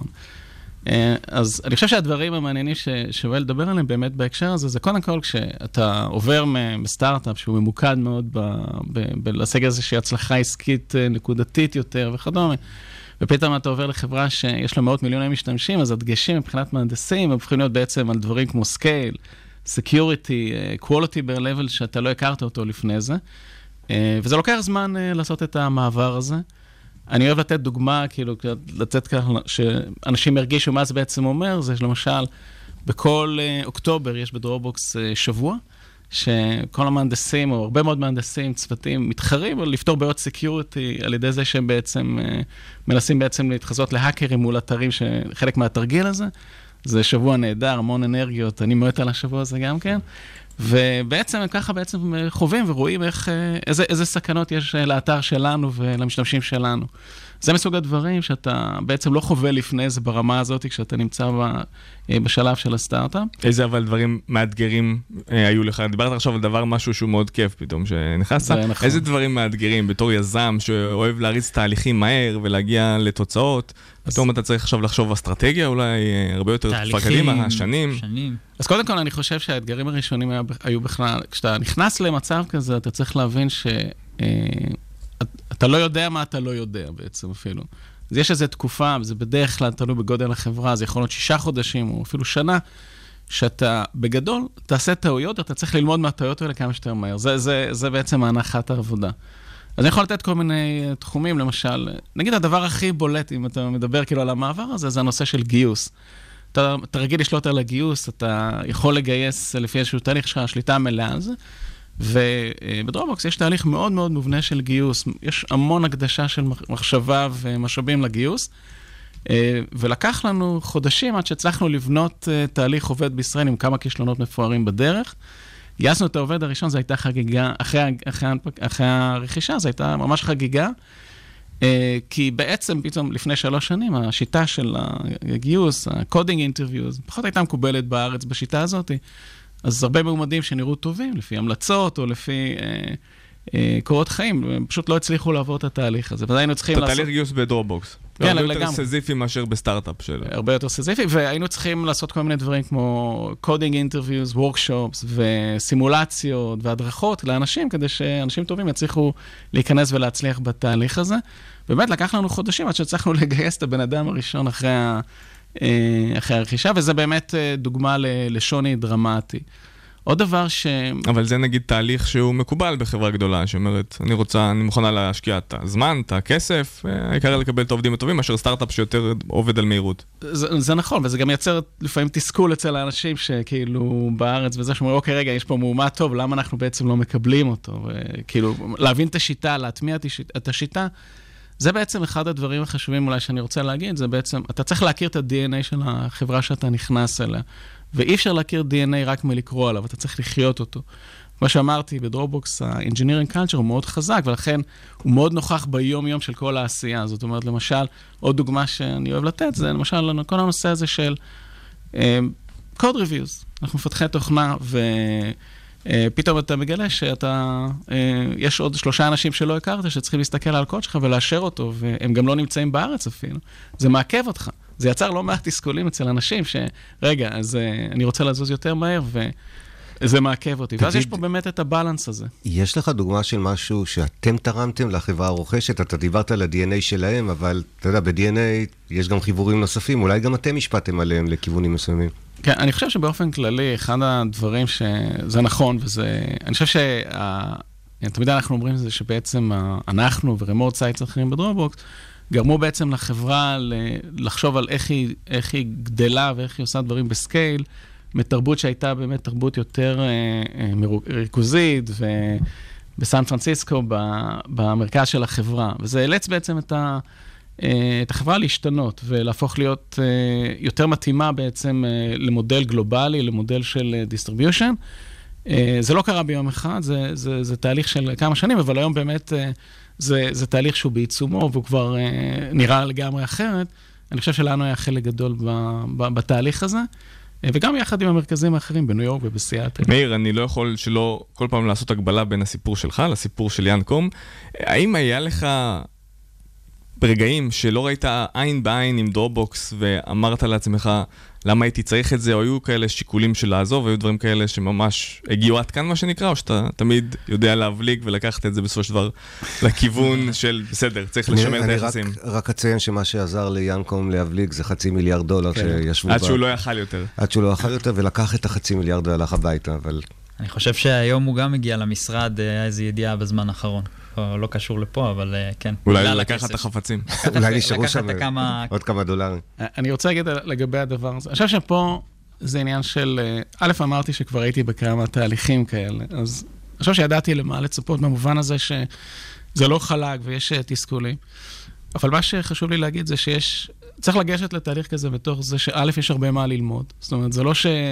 אז אני חושב שהדברים המעניינים ששווה לדבר עליהם באמת בהקשר הזה, זה קודם כל כשאתה עובר מסטארט-אפ שהוא ממוקד מאוד להשיג איזושהי הצלחה עסקית נקודתית יותר וכדומה, ופתאום אתה עובר לחברה שיש לה מאות מיליוני משתמשים, אז הדגשים מבחינת מהנדסים, הם הופכים להיות בעצם על דברים כמו סקייל, סקיוריטי, quality bar level שאתה לא הכרת אותו לפני זה, וזה לוקח זמן לעשות את המעבר הזה. אני אוהב לתת דוגמה, כאילו, לתת ככה, שאנשים ירגישו מה זה בעצם אומר, זה למשל, בכל אוקטובר יש בדרופבוקס שבוע, שכל המהנדסים, או הרבה מאוד מהנדסים, צוותים, מתחרים לפתור בעיות סקיוריטי, על ידי זה שהם בעצם מנסים בעצם להתחזות להאקרים מול אתרים, שחלק מהתרגיל הזה, זה שבוע נהדר, המון אנרגיות, אני מועט על השבוע הזה גם כן, ובעצם ככה בעצם חווים ורואים איזה סכנות יש לאתר שלנו ולמשתמשים שלנו. זה מסוג הדברים שאתה בעצם לא חווה לפני זה ברמה הזאת, כשאתה נמצא בשלב של הסטארט-אפ. איזה אבל דברים מאתגרים היו לך? דיברת עכשיו על דבר משהו שהוא מאוד כיף פתאום שנכנסת. נכון. איזה דברים מאתגרים בתור יזם שאוהב להריץ תהליכים מהר ולהגיע לתוצאות? פתאום אתה צריך עכשיו לחשוב אסטרטגיה, אולי הרבה יותר קדימה, שנים. אז קודם כל אני חושב שהאתגרים הראשונים היו בכלל, כשאתה נכנס למצב כזה, אתה צריך להבין אתה לא יודע מה אתה לא יודע בעצם אפילו. אז יש איזו תקופה, וזה בדרך כלל תלוי בגודל החברה, זה יכול להיות 6 חודשים או אפילו שנה, שאתה בגדול תעשה טעויות, אתה צריך ללמוד מהטעויות האלה כמה שיותר מהר. זה בעצם הנחת העבודה. אז אני יכול לתת כל מיני תחומים, למשל, נגיד הדבר הכי בולט, אם אתה מדבר כאילו על המעבר הזה, זה הנושא של גיוס. אתה רגיל לשלוט על הגיוס, אתה יכול לגייס לפי איזשהו תהליך שלך, שליטה מלאה על זה, ובדרופבוקס יש תהליך מאוד מאוד מובנה של גיוס, יש המון הקדשה של מחשבה ומשאבים לגיוס, ולקח לנו חודשים עד שהצלחנו לבנות תהליך עובד בישראל עם כמה כישלונות מפוארים בדרך. גייסנו את העובד הראשון, זו הייתה חגיגה, אחרי הרכישה, זו הייתה ממש חגיגה, כי בעצם פתאום לפני 3 שנים, השיטה של הגיוס, ה-coding interviews, פחות הייתה מקובלת בארץ בשיטה הזאת, אז הרבה מועמדים שנראו טובים, לפי המלצות או לפי קורות חיים, הם פשוט לא הצליחו לעבור את התהליך הזה. והיינו צריכים לעשות... תהליך גיוס בדרופבוקס. כן, הרבה יותר סזיפי מאשר בסטארט-אפ שלו. הרבה יותר סזיפי, והיינו צריכים לעשות כל מיני דברים כמו coding interviews, workshops וסימולציות והדרכות לאנשים, כדי שאנשים טובים יצליחו להיכנס ולהצליח בתהליך הזה. באמת לקח לנו חודשים עד שהצלחנו לגייס את הבן אדם הראשון אחרי הרכישה, וזה באמת דוגמה לשוני דרמטי. עוד דבר אבל זה נגיד תהליך שהוא מקובל בחברה גדולה, שאומרת, אני מוכנה להשקיע את הזמן, את הכסף, העיקר לקבל את העובדים הטובים, מאשר סטארט-אפ שיותר עובד על מהירות. זה נכון, וזה גם יוצר לפעמים תסכול אצל האנשים שכאילו בארץ וזה, שאומרים, אוקיי, רגע, יש פה מועמד טוב, למה אנחנו בעצם לא מקבלים אותו? וכאילו, להבין את השיטה, להטמיע את השיטה, זה בעצם אחד הדברים החשובים אולי שאני רוצה להגיד, זה בעצם, אתה צריך להכיר את ה-DNA של החברה שאתה נכנס אליה. ואי אפשר להכיר DNA רק מלקרוא עליו, אתה צריך לחיות אותו. כמו שאמרתי, בדרופבוקס, ה-engineering culture הוא מאוד חזק, ולכן הוא מאוד נוכח ביום-יום של כל העשייה. זאת אומרת, למשל, עוד דוגמה שאני אוהב לתת, זה למשל כל הנושא הזה של code reviews. אנחנו מפתחי תוכנה, ופתאום אתה מגלה יש עוד 3 אנשים שלא הכרת, שצריכים להסתכל על הקוד שלך ולאשר אותו, והם גם לא נמצאים בארץ אפילו. זה מעכב אותך. זה יצר לא מעט תסכולים אצל אנשים רגע, אז אני רוצה לזוז יותר מהר, וזה מעכב אותי. ואז יש פה באמת את הבלנס הזה. יש לך דוגמה של משהו שאתם תרמתם לחברה הרוכשת, אתה דיברת על ה-DNA שלהם, אבל אתה יודע, ב-DNA יש גם חיבורים נוספים, אולי גם אתם השפעתם עליהם לכיוונים מסוימים. כן, אני חושב שבאופן כללי, אחד הדברים שזה נכון, אני חושב תמיד אנחנו אומרים זה שבעצם אנחנו ורמוט סייטס אחרים בדרופבוקס, גרמו בעצם לחברה לחשוב על איך היא גדלה ואיך היא עושה דברים בסקייל, מתרבות שהייתה באמת תרבות יותר ריכוזית, ובסן פרנסיסקו, במרכז של החברה. וזה אילץ בעצם את החברה להשתנות, ולהפוך להיות יותר מתאימה בעצם למודל גלובלי, למודל של דיסטריביושן. זה לא קרה ביום אחד, זה תהליך של כמה שנים, אבל היום באמת זה תהליך שהוא בעיצומו, והוא כבר נראה לגמרי אחרת. אני חושב שלנו היה חלק גדול בתהליך הזה, וגם יחד עם המרכזים האחרים בניו יורק ובסיאטל. מאיר, אני לא יכול שלא כל פעם לעשות הגבלה בין הסיפור שלך לסיפור של ינקום. האם היה לך ברגעים שלא ראית עין בעין עם דרופבוקס ואמרת לעצמך למה הייתי צריך את זה, או היו כאלה שיקולים של לעזוב, היו דברים כאלה שממש הגיעו עד כאן מה שנקרא, או שאתה תמיד יודע להבליג ולקחת את זה בסופו של דבר לכיוון של בסדר, צריך לשמר את היחסים. אני רק אציין שמה שעזר לינקום להבליג זה $500 מיליארד שישבו עד שהוא לא יאכל יותר. עד שהוא לא יאכל יותר, ולקח את $500 מיליארד והלך הביתה, אבל... אני חושב שהיום הוא גם הגיע למשרד, היה איזו ידיעה בזמן האחרון. לא קשור לפה, אבל כן. אולי לקחת את החפצים. אולי נשארו שם עוד כמה דולרים. אני רוצה להגיד לגבי הדבר הזה. אני חושב שפה זה עניין של... א', אמרתי שכבר הייתי בכמה תהליכים כאלה, אז אני חושב שידעתי למה לצפות במובן הזה שזה לא חלק ויש תסכולים. אבל מה שחשוב לי להגיד זה צריך לגשת לתהליך כזה בתוך זה שא' יש הרבה מה ללמוד. זאת אומרת, זה לא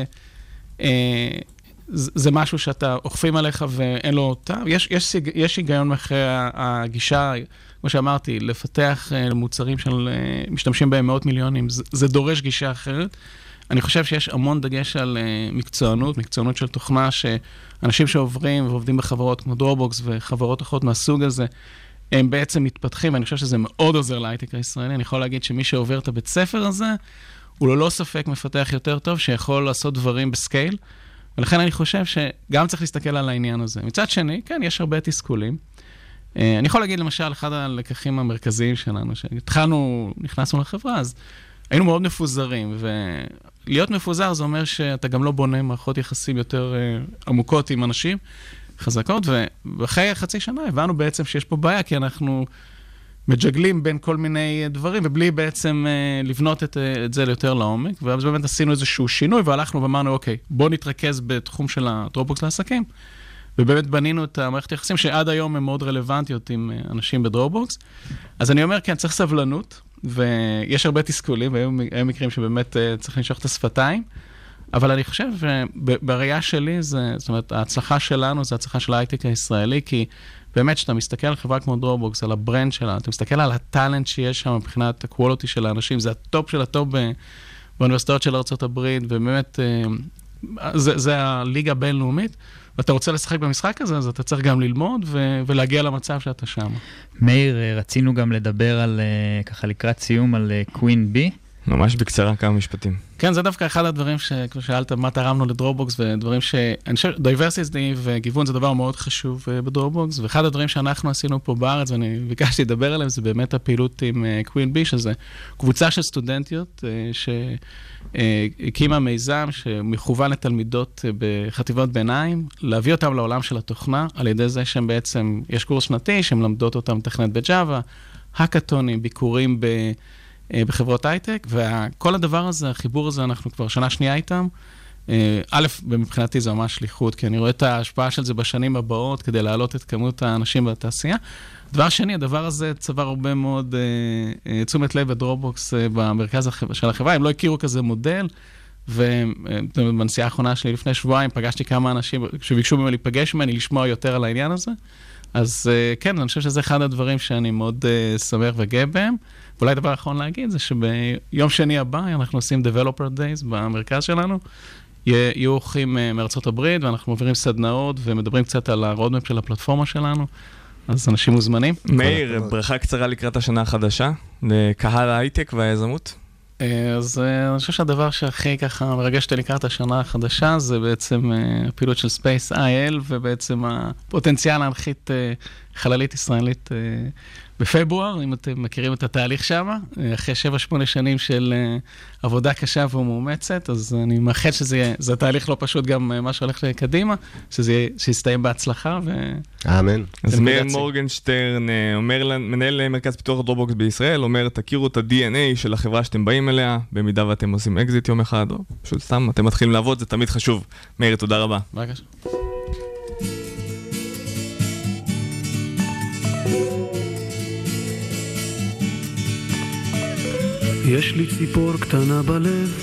זה משהו שאתה אוכפים עליך ואין לו טעם. יש היגיון מאחורי הגישה, כמו שאמרתי, לפתח מוצרים של משתמשים בהם מאות מיליונים, זה דורש גישה אחרת. אני חושב שיש המון דגש על מקצוענות של תוכנה, שאנשים שעוברים ועובדים בחברות כמו דרובוקס וחברות אחרות מהסוג הזה, הם בעצם מתפתחים, ואני חושב שזה מאוד עוזר להייטק הישראלי. אני יכול להגיד שמי שעובר את הבית ספר הזה, הוא ללא ספק מפתח יותר טוב, שיכול לעשות דברים בסקייל, ולכן אני חושב שגם צריך להסתכל על העניין הזה. מצד שני, כן, יש הרבה תסכולים. אני יכול להגיד למשל, אחד הלקחים המרכזיים שלנו, נכנסנו לחברה, אז היינו מאוד מפוזרים, ולהיות מפוזר זה אומר שאתה גם לא בונה מערכות יחסים יותר עמוקות עם אנשים חזקות, ואחרי חצי שנה הבנו בעצם שיש פה בעיה, כי אנחנו מג'גלים בין כל מיני דברים, ובלי בעצם לבנות את זה יותר לעומק, ואז באמת עשינו איזשהו שינוי, והלכנו ואמרנו, אוקיי, בוא נתרכז בתחום של הדרופבוקס לעסקים, ובאמת בנינו את המערכת היחסים, שעד היום הן מאוד רלוונטיות עם אנשים בדרופבוקס. אז אני אומר, כן, צריך סבלנות, ויש הרבה תסכולים, והיו מקרים שבאמת צריך לנשוך את השפתיים, אבל אני חושב, בראייה שלי, זאת אומרת, ההצלחה שלנו זה ההצלחה של ההייטק הישראלי, כי באמת, שאתה מסתכל על חברה כמו דרופבוקס, על הברנד שלה, אתה מסתכל על הטלנט שיש שם מבחינת הקוואליטי של האנשים, זה הטופ של הטופ באוניברסיטאות של ארצות הברית, ובאמת, זה הליגה הבינלאומית, ואתה רוצה לשחק במשחק הזה, אז אתה צריך גם ללמוד ולהגיע למצב שאתה שם. מאיר, רצינו גם לדבר על, ככה לקראת סיום, על קווין בי. ממש בקצרה כמה משפטים. כן, זה דווקא אחד הדברים שכמו שאלת, מה תרמנו לדרופבוקס, ודברים אני חושב, דייברסיטי וגיוון זה דבר מאוד חשוב בדרופבוקס, ואחד הדברים שאנחנו עשינו פה בארץ, ואני ביקשתי לדבר עליהם, זה באמת הפעילות עם קווין בי, שזה קבוצה של סטודנטיות, שהקימה מיזם שמכוון לתלמידות בחטיבות ביניים, להביא אותם לעולם של התוכנה, על ידי זה שהם בעצם, יש קורס שנתי, שהם למדות אותם תכנת בג'אווה, האקתונים, ביקורים בחברות הייטק, וכל הדבר הזה, החיבור הזה, אנחנו כבר שנה שנייה איתם. א', מבחינתי זה ממש שליחות, כי אני רואה את ההשפעה של זה בשנים הבאות, כדי להעלות את כמות האנשים בתעשייה. דבר שני, הדבר הזה צבר הרבה מאוד תשומת לב בדרופבוקס במרכז של החברה. הם לא הכירו כזה מודל, ובנסיעה האחרונה שלי לפני שבועיים פגשתי כמה אנשים שביקשו ממני להיפגש ממני, לשמוע יותר על העניין הזה. אז כן, אני חושב שזה אחד הדברים שאני מאוד שמח וגאה בהם. ואולי דבר אחרון להגיד זה שביום שני הבא אנחנו עושים Developer Days במרכז שלנו. יהיו אורחים מארצות הברית, ואנחנו מעבירים סדנאות ומדברים קצת על הרודמפ של הפלטפורמה שלנו. אז אנשים מוזמנים. מאיר, ברכה קצרה לקראת השנה החדשה, לקהל ההייטק והיזמות. אז אני חושב שהדבר שהכי ככה מרגש אותי לקראת השנה החדשה, זה בעצם הפעילות של Space IL, ובעצם הפוטנציאל להנחית חללית ישראלית בפברואר, אם אתם מכירים את התהליך שם, אחרי 7-8 שנים של עבודה קשה ומאומצת, אז אני מאחל שזה תהליך לא פשוט גם מה שהולך קדימה, שיסתיים בהצלחה. אמן. אז מאיר מורגנשטרן, מנהל מרכז פיתוח דרופבוקס בישראל, אומר, תכירו את ה-DNA של החברה שאתם באים אליה, במידה ואתם עושים אקזיט יום אחד, או פשוט סתם, אתם מתחילים לעבוד, זה תמיד חשוב. מאיר, תודה רבה. בבקשה. יש לי ציפור קטנה בלב,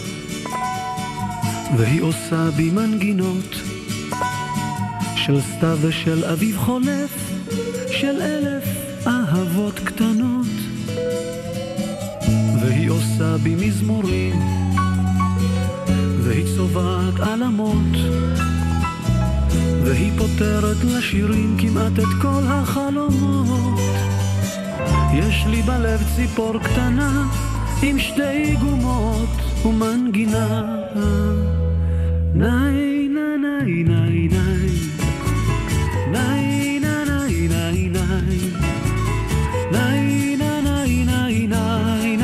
והיא עושה בי מנגינות של סתיו ושל אביב חולף, של 1000 אהבות קטנות, והיא עושה בי מזמורים, והיא צובעת עלמות, והיא פותרת לשירים כמעט את כל החלומות. יש לי בלב ציפור קטנה עם 2 גומות ומנגינה, ניי ניי ניי ניי ניי ניי ניי ניי ניי ניי ניי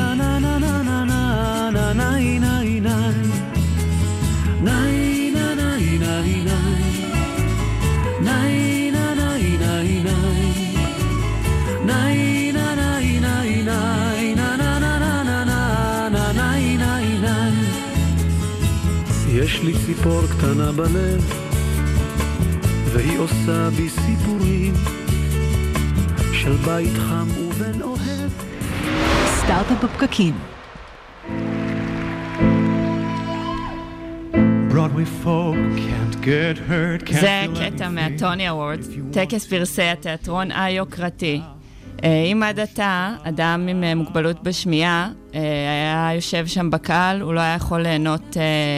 יש לי ציפור קטנה בלב, והיא עושה בי סיפורים של בית חם ובן אוהב. סטארט-אפ בפקקים. זה קטע מהטוני אוורד, טקס פרסי התיאטרון היוקרתי. אם עד עתה, אדם עם מוגבלות בשמיעה היה יושב שם בקהל, הוא לא היה יכול ליהנות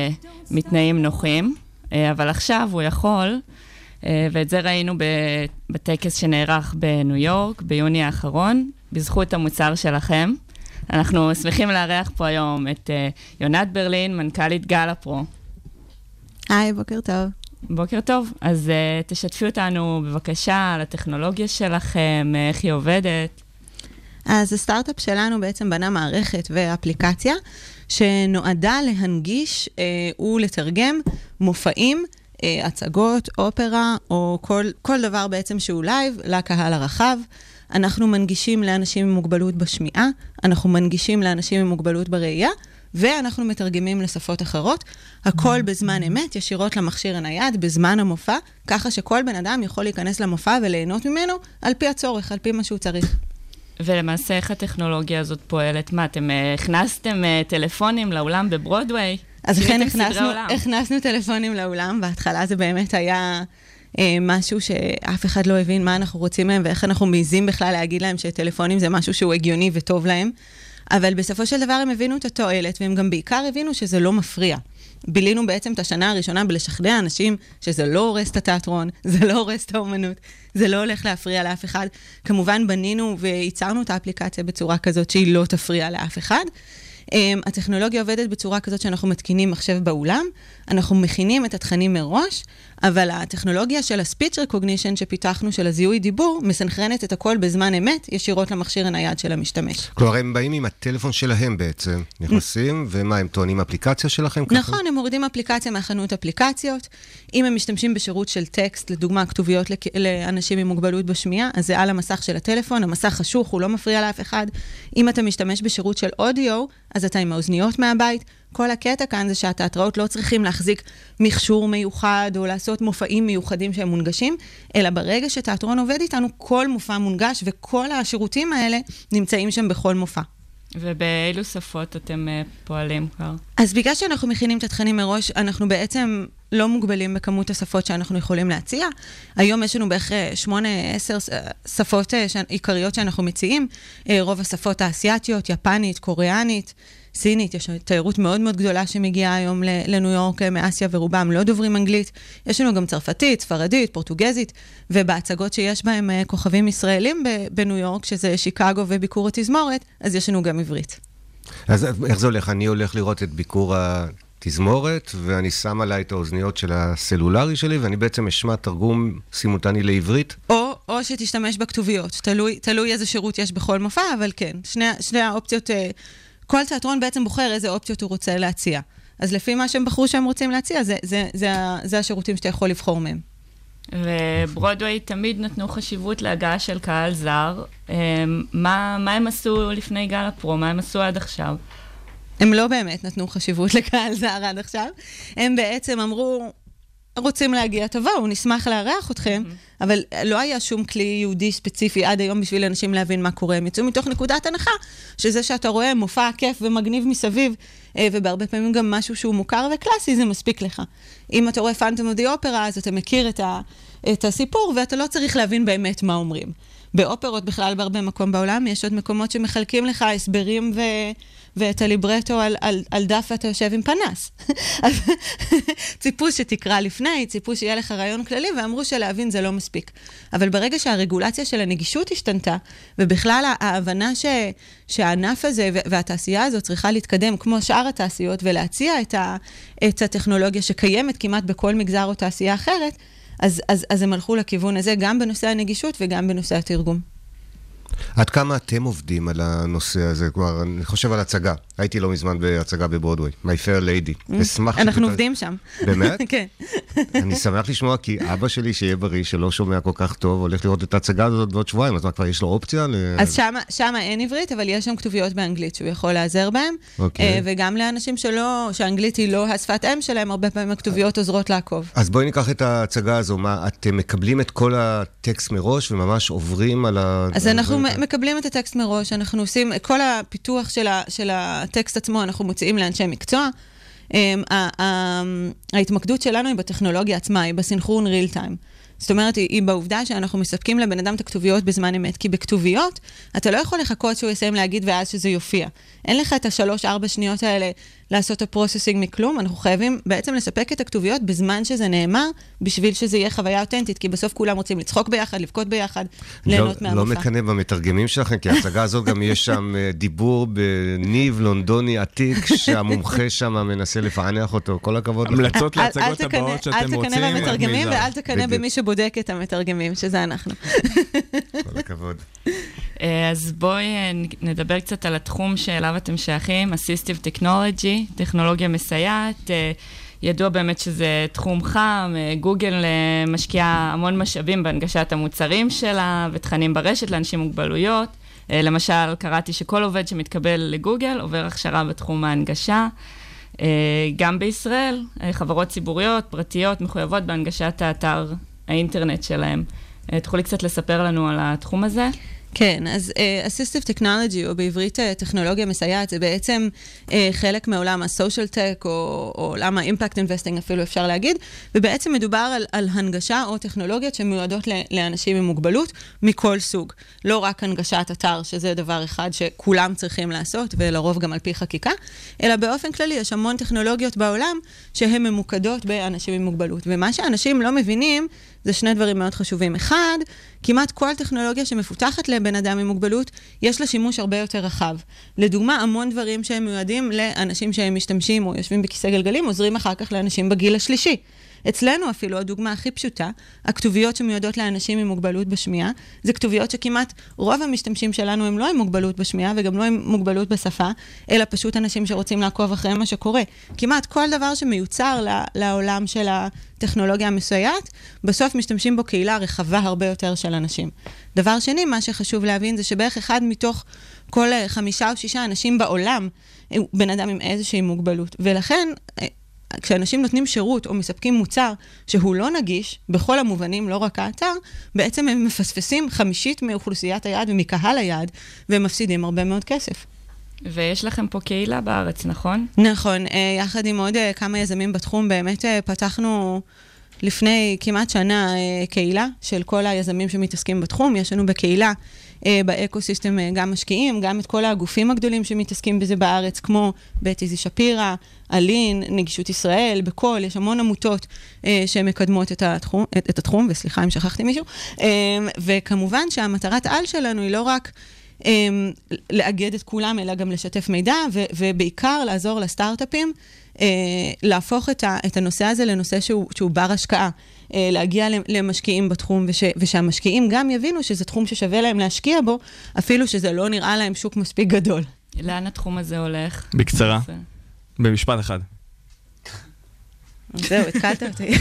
מתנאים נוחים, אבל עכשיו הוא יכול, ואת זה ראינו בטקס שנערך בניו יורק ביוני האחרון, בזכות המוצר שלכם. אנחנו שמחים לארח פה היום את יונת ברלין, מנכ"לית גלפרו. היי, בוקר טוב. בוקר טוב. אז תשתפי אותנו בבקשה על הטכנולוגיה שלכם, איך היא עובדת. אז הסטארט-אפ שלנו בעצם בנה מערכת ואפליקציה שנועדה להנגיש ולתרגם מופעים, הצגות, אופרה או כל דבר בעצם שהוא לייב לקהל הרחב. אנחנו מנגישים לאנשים עם מוגבלות בשמיעה, אנחנו מנגישים לאנשים עם מוגבלות בראייה, ואנחנו מתרגמים לשפות אחרות, הכל בזמן אמת, ישירות למכשיר הנייד, בזמן המופע, ככה שכל בן אדם יכול להיכנס למופע וליהנות ממנו על פי הצורך, על פי מה שהוא צריך. ולמעשה איך הטכנולוגיה הזאת פועלת? מה, אתם הכנסתם טלפונים לאולם בברודווי? אז לכן הכנסנו טלפונים לאולם, בהתחלה זה באמת היה משהו שאף אחד לא הבין מה אנחנו רוצים מהם, ואיך אנחנו מעיזים בכלל להגיד להם שטלפונים זה משהו שהוא הגיוני וטוב להם. אבל בסופו של דבר הם הבינו את התועלת, והם גם בעיקר הבינו שזה לא מפריע. בילינו בעצם את השנה הראשונה בלשכנע אנשים שזה לא הורס את התיאטרון, זה לא הורס את האומנות, זה לא הולך להפריע לאף אחד. כמובן בנינו וייצרנו את האפליקציה בצורה כזאת שהיא לא תפריע לאף אחד. הטכנולוגיה עובדת בצורה כזאת שאנחנו מתקינים מחשב באולם, אנחנו מכינים את התכנים מראש, אבל הטכנולוגיה של הספיץ' רקוגנישן שפיתחנו, של הזיהוי דיבור, מסנכרנת את הכל בזמן אמת, ישירות למכשיר הנייד של המשתמש. כלומר, הם באים עם הטלפון שלהם בעצם, נכנסים, ומה, הם טוענים אפליקציה שלכם? נכון, הם מורידים אפליקציה מהחנות אפליקציות. אם הם משתמשים בשירות של טקסט, לדוגמה, כתוביות לאנשים עם מוגבלות בשמיעה, אז זה על המסך של הטלפון, המסך חשוך, הוא לא מפריע לאף אחד. אם אתה משתמש בשירות של אודיו, אז אתה עם האוזניות מהבית. כל הקטע כאן זה שהתיאטראות לא צריכים להחזיק מכשור מיוחד או לעשות מופעים מיוחדים שהם מונגשים, אלא ברגע שתיאטרון עובד איתנו, כל מופע מונגש וכל השירותים האלה נמצאים שם בכל מופע. ובאילו שפות אתם פועלים כבר? אז בגלל שאנחנו מכינים את התכנים מראש, אנחנו בעצם לא מוגבלים בכמות השפות שאנחנו יכולים להציע. היום יש לנו בערך 8-10 שפות עיקריות שאנחנו מציעים. רוב השפות האסייתיות, יפנית, קוריאנית, סינית, יש תיירות מאוד מאוד גדולה שמגיעה היום לניו יורק מאסיה, ורובם לא דוברים אנגלית. יש לנו גם צרפתית, ספרדית, פורטוגזית, ובהצגות שיש בהם כוכבים ישראלים בניו יורק, שזה שיקגו וביקור התזמורת, אז יש לנו גם עברית. אז איך זה הולך? אני הולך לראות את ביקור התזמורת, ואני שם עליי את האוזניות של הסלולרי שלי, ואני בעצם אשמע תרגום סימולטני לעברית. או שתשתמש בכתוביות. תלוי איזה שירות יש בכל מופע, אבל כן, שני האופציות, כל תיאטרון בעצם בוחר איזה אופציות הוא רוצה להציע. אז לפי מה שהם בחרו שהם רוצים להציע, זה השירותים שאתה יכול לבחור מהם. וברודווי תמיד נתנו חשיבות להגעה של קהל זר. מה הם עשו לפני גלפרו? מה הם עשו עד עכשיו? הם לא באמת נתנו חשיבות לקהל זר עד עכשיו. הם בעצם אמרו, רוצים להגיע, תבואו, נשמח לארח אתכם, אבל לא היה שום כלי יהודי ספציפי עד היום בשביל אנשים להבין מה קורה. הם יצאו מתוך נקודת הנחה, שזה שאתה רואה מופע כיף ומגניב מסביב, ובהרבה פעמים גם משהו שהוא מוכר וקלאסי, זה מספיק לך. אם אתה רואה פנטום אוף דה אופרה, אז אתה מכיר את הסיפור, ואתה לא צריך להבין באמת מה אומרים. באופרות בכלל בהרבה מקום בעולם, יש עוד מקומות שמחלקים לך הסברים ואת הליברטו על דף ואתה יושב עם פנס. אז ציפו שתקרא לפני, ציפו שיהיה לך רעיון כללי, ואמרו שלהבין זה לא מספיק. אבל ברגע שהרגולציה של הנגישות השתנתה, ובכלל ההבנה שהענף הזה והתעשייה הזאת צריכה להתקדם כמו שאר התעשיות, ולהציע את הטכנולוגיה שקיימת כמעט בכל מגזר או תעשייה אחרת, אז הם הלכו לכיוון הזה, גם בנושא הנגישות וגם בנושא התרגום. עד כמה אתם עובדים על הנושא הזה? כבר, אני חושב על הצגה. הייתי לא מזמן בהצגה בברודווי, My Fair Lady. אנחנו עובדים שם. באמת? כן. אני שמח לשמוע, כי אבא שלי, שיהיה בריא, שלא שומע כל כך טוב, הולך לראות את ההצגה הזאת בעוד שבועיים, אז כבר יש לו אופציה? אז שם אין עברית, אבל יש שם כתוביות באנגלית שהוא יכול לעזר בהם, וגם לאנשים שהאנגלית היא לא השפת אם שלהם, הרבה פעמים הכתוביות עוזרות לעקוב. אז בואי ניקח את ההצגה הזו, מה, אתם מקבלים את כל הטקסט מראש, וממש עוברים על אז אנחנו מקבלים את הטקסט מראש, אנחנו עושים, כל הפיתוח של הטקסט עצמו, אנחנו מוציאים לאנשי מקצוע. ההתמקדות שלנו היא בטכנולוגיה עצמה, היא בסינכרון ריל טיים. זאת אומרת, היא בעובדה שאנחנו מספקים לבן אדם את הכתוביות בזמן אמת, כי בכתוביות אתה לא יכול לחכות שהוא יסיים להגיד ואז שזה יופיע. אין לך את 3-4 שניות האלה לעשות את הפרוססינג מכלום, אנחנו חייבים בעצם לספק את הכתוביות בזמן שזה נאמר, בשביל שזה יהיה חוויה אותנטית, כי בסוף כולם רוצים לצחוק ביחד, לבכות ביחד, ליהנות מהמופע. לא מקנה במתרגמים שלכם, כי ההצגה הזאת גם יש שם דיבור בניב לונדוני עתיק, שהמומחה שם מנסה לפענח אותו, כל הכבוד. המלצות להצגות הבאות שאתם רוצים. אל תקנה במתרגמים ואל תקנה במי שבודק את המתרגמים, שזה אנחנו. כל הכבוד. אז בואי נדבר קצת על התחום שאליו אתם שייכים, Assistive Technology, טכנולוגיה מסייעת. ידוע באמת שזה תחום חם, גוגל משקיעה המון משאבים בהנגשת המוצרים שלה ותכנים ברשת לאנשים עם מוגבלויות. למשל, קראתי שכל עובד שמתקבל לגוגל עובר הכשרה בתחום ההנגשה. גם בישראל, חברות ציבוריות, פרטיות, מחויבות בהנגשת האתר האינטרנט שלהם. תוכלי קצת לספר לנו על התחום הזה? כן, אז Assistive Technology, או בעברית טכנולוגיה מסייעת, זה בעצם חלק מעולם ה-social tech, או עולם ה-impact investing אפילו אפשר להגיד, ובעצם מדובר על הנגשה או טכנולוגיות שמיועדות לאנשים עם מוגבלות מכל סוג. לא רק הנגשת אתר, שזה דבר אחד שכולם צריכים לעשות, ולרוב גם על פי חקיקה, אלא באופן כללי יש המון טכנולוגיות בעולם שהן ממוקדות באנשים עם מוגבלות. ומה שאנשים לא מבינים, זה שני דברים מאוד חשובים. אחד, כמעט כל טכנולוגיה שמפותחת לבן אדם עם מוגבלות, יש לה שימוש הרבה יותר רחב. לדוגמה, המון דברים שהם מיועדים לאנשים שהם משתמשים או יושבים בכיסא גלגלים, עוזרים אחר כך לאנשים בגיל השלישי. אצלנו אפילו, הדוגמה הכי פשוטה, הכתוביות שמיועדות לאנשים עם מוגבלות בשמיעה, זה כתוביות שכמעט רוב המשתמשים שלנו הם לא עם מוגבלות בשמיעה וגם לא עם מוגבלות בשפה, אלא פשוט אנשים שרוצים לעקוב אחרי מה שקורה. כמעט כל דבר שמיוצר לעולם של הטכנולוגיה המסייעת, בסוף משתמשים בו קהילה רחבה הרבה יותר של אנשים. דבר שני, מה שחשוב להבין זה שבערך אחד מתוך כל 5 או 6 אנשים בעולם, הוא בן אדם עם איזושהי מוגבלות. ולכן, כשאנשים נותנים שירות או מספקים מוצר שהוא לא נגיש, בכל המובנים, לא רק האתר, בעצם הם מפספסים 1/5 מאוכלוסיית היעד ומקהל היעד, והם מפסידים הרבה מאוד כסף. ויש לכם פה קהילה בארץ, נכון? נכון, יחד עם עוד כמה יזמים בתחום, באמת פתחנו לפני כמעט שנה קהילה של כל היזמים שמתעסקים בתחום. יש לנו בקהילה, באקוסיסטם גם משקיעים, גם את כל הגופים הגדולים שמתעסקים בזה בארץ, כמו בית איזי שפירא, אלין, נגישות ישראל, בכל, יש המון עמותות שמקדמות את התחום, וסליחה אם שכחתי מישהו, וכמובן שהמטרת על שלנו היא לא רק לאגד את כולם, אלא גם לשתף מידע, ובעיקר לעזור לסטארט-אפים, להפוך את הנושא הזה לנושא שהוא בר השקעה, להגיע למשקיעים בתחום, ושהמשקיעים גם יבינו שזה תחום ששווה להם להשקיע בו, אפילו שזה לא נראה להם שוק מספיק גדול. לאן התחום הזה הולך? בקצרה, במשפט אחד. זהו, התקלת אותי.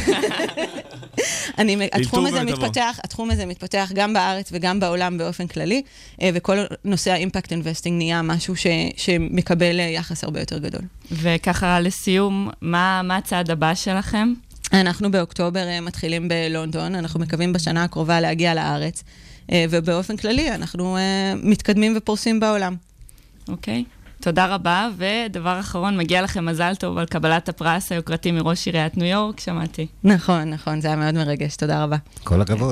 התחום הזה מתפתח גם בארץ וגם בעולם באופן כללי, וכל נושא האימפקט אינבסטינג נהיה משהו שמקבל יחס הרבה יותר גדול. וככה לסיום, מה הצעד הבא שלכם? אנחנו באוקטובר מתחילים בלונדון, אנחנו מקווים בשנה הקרובה להגיע לארץ, ובאופן כללי אנחנו מתקדמים ופורסים בעולם. אוקיי. תודה רבה, ודבר אחרון, מגיע לכם מזל טוב על קבלת הפרס היוקרתי מראש עיריית ניו יורק, שמעתי. נכון, זה היה מאוד מרגש, תודה רבה. כל הכבוד.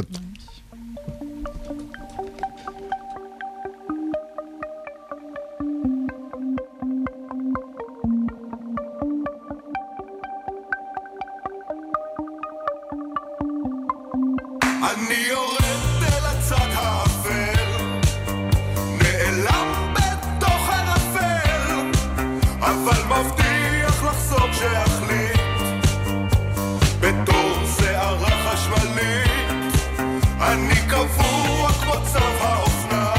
אני יורד אל הצד האפל, נעלם בתוך הרפל, אבל מבטיח לחזור כשאחליט, בתור שערה חשמלית, אני קבוע כמו צו האופנה,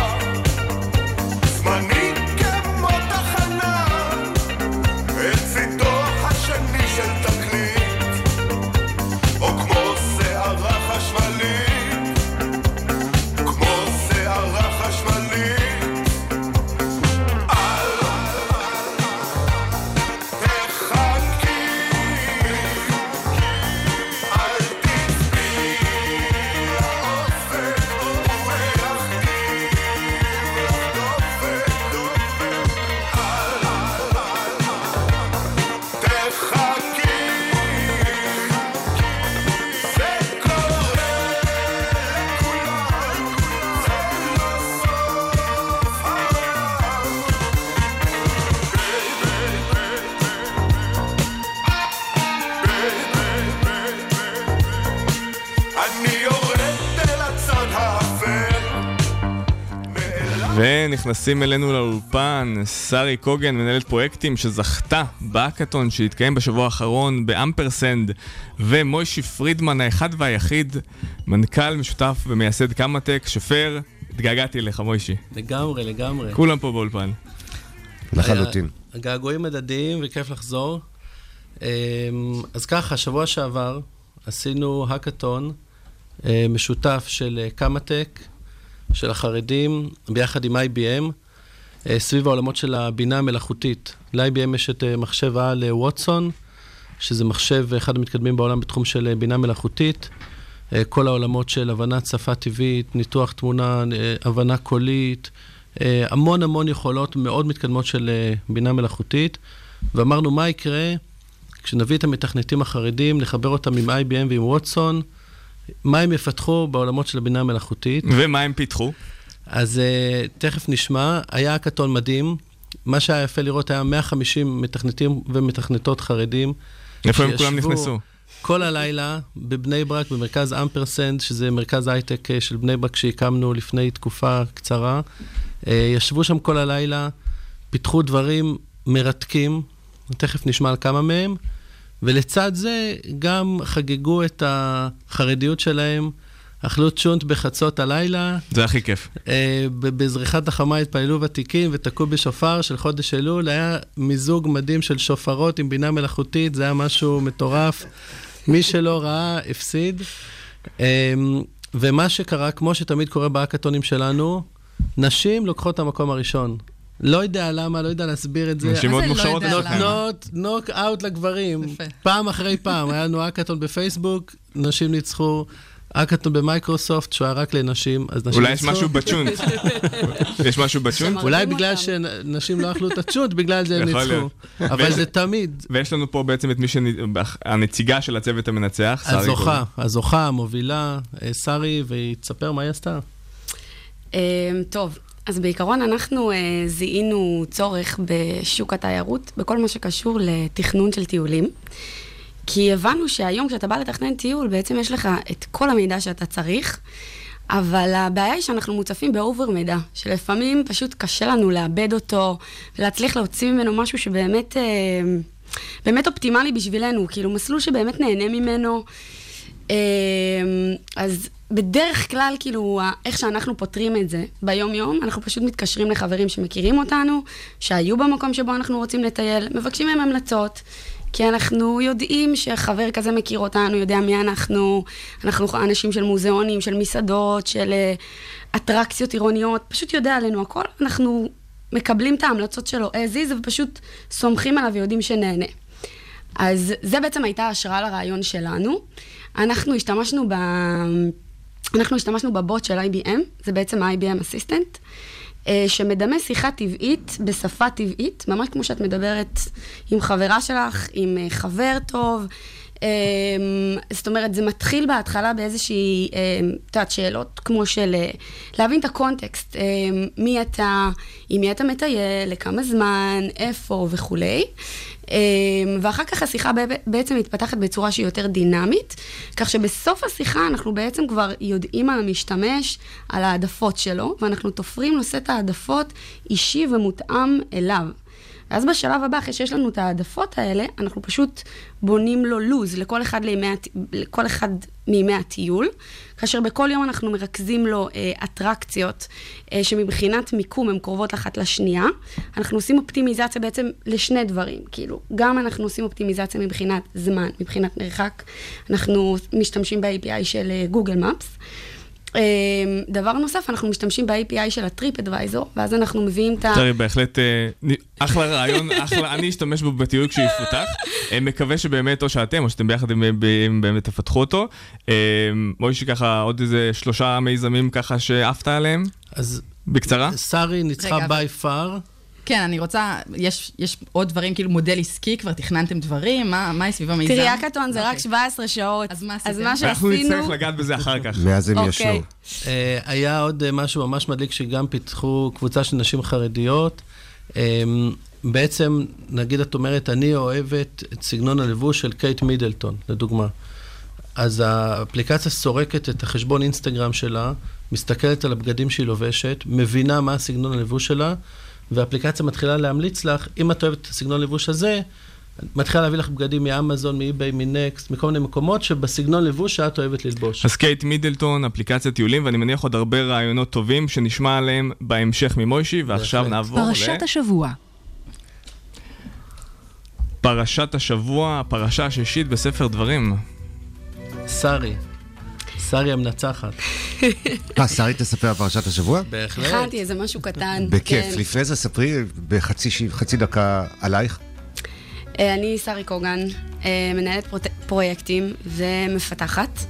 זמני כמו תחנה, את צידו השני של תקליט, או כמו שערה חשמלית, כמו שערה חשמלית, אל תחכי ונכנסים אלינו לאולפן שרי קוגן, מנהלת פרויקטים שזכתה בהאקתון שהתקיים בשבוע האחרון באמפרסנד, ומוישי פרידמן האחד והיחיד, מנכ"ל משותף ומייסד קמא-טק. שפר, התגעגעתי לך מוישי. לגמרי. כולם פה באולפן. לחלוטין. הגעגועים מדדיים וכיף לחזור. אז ככה, שבוע שעבר עשינו האקתון משותף של קמא-טק, של החרדים, ביחד עם IBM, סביב העולמות של הבינה המלאכותית. ל-IBM יש את מחשב העל ווטסון, שזה מחשב אחד המתקדמים בעולם בתחום של בינה מלאכותית. כל העולמות של הבנת שפה טבעית, ניתוח תמונה, הבנה קולית, המון יכולות מאוד מתקדמות של בינה מלאכותית. ואמרנו, מה יקרה כשנביא את המתכנתים החרדים, לחבר אותם עם IBM ועם ווטסון, מה הם יפתחו בעולמות של הבינה המלאכותית. ומה הם פיתחו? אז תכף נשמע. היה האקתון מדהים. מה שהיה יפה לראות היה 150 מתכנתים ומתכנתות חרדים. איפה הם כולם נכנסו? כל הלילה בבני ברק, במרכז אמפרסנד, שזה מרכז הייטק של בני ברק שהקמנו לפני תקופה קצרה. ישבו שם כל הלילה, פיתחו דברים מרתקים, תכף נשמע על כמה מהם, ולצד זה גם חגגו את החרדיות שלהם, אכלו צ'ונט בחצות הלילה. זה הכי כיף. בזריחת החמה התפעלו ותיקים ותקעו בשופר של חודש אלול. היה מיזוג מדהים של שופרות עם בינה מלאכותית, זה היה משהו מטורף. מי שלא ראה, הפסיד. ומה שקרה, כמו שתמיד קורה בהאקתונים שלנו, נשים לוקחות את המקום הראשון. לא יודע למה, לא יודע להסביר את זה. נשים מאוד מוכשרות. נותנות נוק אאוט לגברים. פעם אחרי פעם. היה לנו האקתון בפייסבוק, נשים ניצחו. האקתון במייקרוסופט, שהוא היה רק לנשים, אז נשים אולי יש משהו בצ'ונט. יש משהו בצ'ונט? אולי בגלל שנשים לא אכלו את הצ'ונט, בגלל זה הם ניצחו. אבל זה תמיד. ויש לנו פה בעצם את הנציגה של הצוות המנצח, שרי. הזוכה, המובילה, שרי, והיא תספר מה היא עשתה. טוב, אז בעיקרון אנחנו זיהינו צורך בשוק התיירות, בכל מה שקשור לתכנון של טיולים. כי הבנו שהיום כשאתה בא לתכנן טיול, בעצם יש לך את כל המידע שאתה צריך, אבל הבעיה היא שאנחנו מוצפים באובר מידע, שלפעמים פשוט קשה לנו לאבד אותו, ולהצליח להוציא ממנו משהו שבאמת באמת אופטימלי בשבילנו, כאילו מסלול שבאמת נהנה ממנו. אז בדרך כלל, כאילו, איך שאנחנו פותרים את זה ביום יום, אנחנו פשוט מתקשרים לחברים שמכירים אותנו, שהיו במקום שבו אנחנו רוצים לטייל, מבקשים מהם המלצות, כי אנחנו יודעים שחבר כזה מכיר אותנו, יודע מי אנחנו אנשים של מוזיאונים, של מסעדות, של אטרקציות עירוניות, פשוט יודע עלינו הכל, אנחנו מקבלים את ההמלצות שלו הזיז, ופשוט סומכים עליו ויודעים שנהנה. אז זה בעצם הייתה ההשראה לרעיון שלנו. אנחנו השתמשנו בבוט של IBM, זה בעצם IBM Assistant, שמדמה שיחה טבעית בשפה טבעית, ממש כמו שאת מדברת עם חברה שלך, עם חבר טוב. זאת אומרת, זה מתחיל בהתחלה באיזושהי שאלות כמו של להבין את הקונטקסט, מי אתה, עם מי אתה מטייל, לכמה זמן, איפה וכולי. ואחר כך השיחה בעצם מתפתחת בצורה שהיא יותר דינמית, כך שבסוף השיחה אנחנו בעצם כבר יודעים על המשתמש, על העדפות שלו, ואנחנו תופרים לו סט העדפות אישי ומותאם אליו. ואז בשלב הבא, אחרי שיש לנו את העדפות האלה, אנחנו פשוט בונים לו לוז לכל אחד מימי הטיול, כאשר בכל יום אנחנו מרכזים לו אטרקציות שמבחינת מיקום הן קרובות אחת לשנייה. אנחנו עושים אופטימיזציה בעצם לשני דברים, כאילו, גם אנחנו עושים אופטימיזציה מבחינת זמן, מבחינת מרחק, אנחנו משתמשים ב-API של גוגל מפס. דבר נוסף, אנחנו משתמשים ב-API של הטריפ אדוויזור, ואז אנחנו מביאים את ה... תראי, בהחלט אחלה רעיון, אחלה, אני אשתמש בו בטיול כשיפותח. מקווה שבאמת או שאתם, או שאתם ביחד באמת תפתחו אותו. מוישי ככה, עוד איזה 3 מיזמים ככה שאהבת עליהם? אז בקצרה? שרי ניצחה by far. כן, אני רוצה, יש עוד דברים, כאילו מודל עסקי, כבר תכננתם דברים, מה סביב המיזם? תראי, האקתון זה רק 17 שעות. אז מה שעשינו... אנחנו נצטרך לגעת בזה אחר כך. מאז הם ישנו. היה עוד משהו ממש מדליק שגם פיתחו קבוצה של נשים חרדיות. בעצם, נגיד את אומרת, אני אוהבת את סגנון הלבוש של קייט מידלטון, לדוגמה. אז האפליקציה סורקת את החשבון אינסטגרם שלה, מסתכלת על הבגדים שהיא לובשת, מבינה מה הסגנון הלבוש שלה, והאפליקציה מתחילה להמליץ לך, אם את אוהבת את הסגנון הלבוש הזה, מתחילה להביא לך בגדים מאמזון, מאיביי, מנקסט, מכל מיני מקומות שבסגנון לבוש שאת אוהבת ללבוש. אז קייט מידלטון, אפליקציית טיולים, ואני מניח עוד הרבה רעיונות טובים שנשמע עליהם בהמשך ממוישי, ועכשיו נעבור פרשת השבוע. פרשת השבוע, הפרשה השישית בספר דברים. שרי המנצחת. שרי תספר על פרשת השבוע? בהחלט. הכנתי איזה משהו קטן. בכיף. לפני זה ספרי בחצי דקה עלייך. אני שרי קוגן, מנהלת פרויקטים ומפתחת.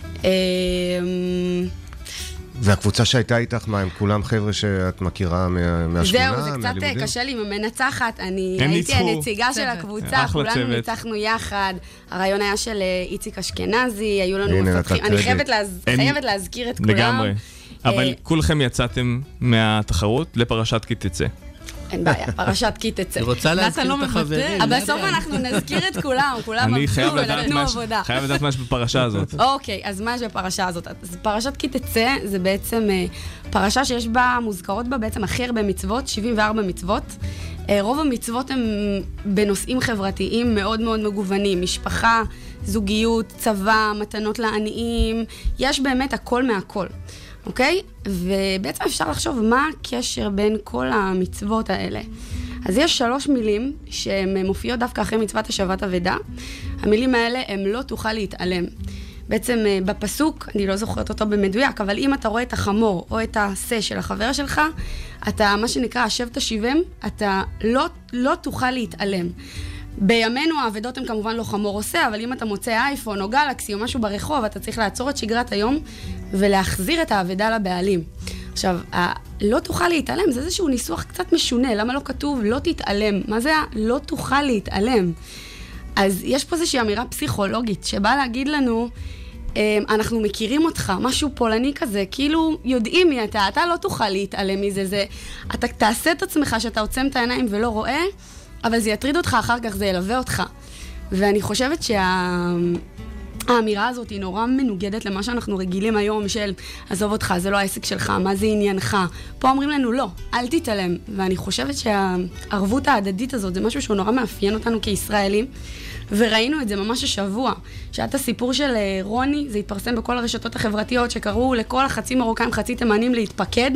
והקבוצה שהייתה איתך, מה, הם כולם חבר'ה שאת מכירה מהשכונה? זהו, זה קצת קשה לי עם המנצחת. אני הייתי הנציגה של הקבוצה, כולנו ניצחנו יחד. הרעיון היה של איציק אשכנזי, היו לנו מפתחים. אני חייבת להזכיר את כולם. לגמרי. אבל כולכם יצאתם מהתחרות לפרשת כי תצא. אין בעיה, פרשת כי תצא. היא רוצה להזכיר את החברים. אבל בסוף אנחנו נזכיר את כולם, כולם עבדו ונתנו עבודה. חייב לדעת מה יש בפרשה הזאת. אוקיי, אז מה יש בפרשה הזאת? אז פרשת כי תצא זה בעצם פרשה שיש בה, מוזכרות בה בעצם הכי הרבה מצוות, 74 מצוות. רוב המצוות הן בנושאים חברתיים מאוד מאוד מגוונים, משפחה, זוגיות, צבא, מתנות לעניים, יש באמת הכל מהכל. אוקיי? ובעצם אפשר לחשוב מה הקשר בין כל המצוות האלה. אז יש 3 מילים שהן מופיעות דווקא אחרי מצוות השבת אבדה. המילים האלה הם לא תוכל להתעלם. בעצם בפסוק, אני לא זוכרת אותו במדויק, אבל אם אתה רואה את החמור או את הסה של החבר שלך, אתה, מה שנקרא, השב תשיבם, אתה לא תוכל להתעלם. בימינו האבדות הן כמובן לא חמור עושה, אבל אם אתה מוצא אייפון או גלקסי או משהו ברחוב, אתה צריך לעצור את שגרת היום ולהחזיר את האבדה לבעלים. עכשיו, לא תוכל להתעלם, זה איזשהו ניסוח קצת משונה, למה לא כתוב לא תתעלם? מה זה לא תוכל להתעלם? אז יש פה איזושהי אמירה פסיכולוגית שבאה להגיד לנו, אנחנו מכירים אותך, משהו פולני כזה, כאילו יודעים מי אתה לא תוכל להתעלם מזה, אתה תעשה את עצמך שאתה עוצם את העיניים ולא רואה, אבל זה יטריד אותך אחר כך, זה ילווה אותך. ואני חושבת שהאמירה הזאת היא נורא מנוגדת למה שאנחנו רגילים היום של עזוב אותך, זה לא העסק שלך, מה זה עניינך. פה אומרים לנו לא, אל תתעלם. ואני חושבת שהערבות ההדדית הזאת זה משהו שהוא נורא מאפיין אותנו כישראלים. וראינו את זה ממש השבוע. שעת הסיפור של רוני, זה התפרסם בכל הרשתות החברתיות שקראו לכל החצי מרוקאים, חצי תימנים להתפקד.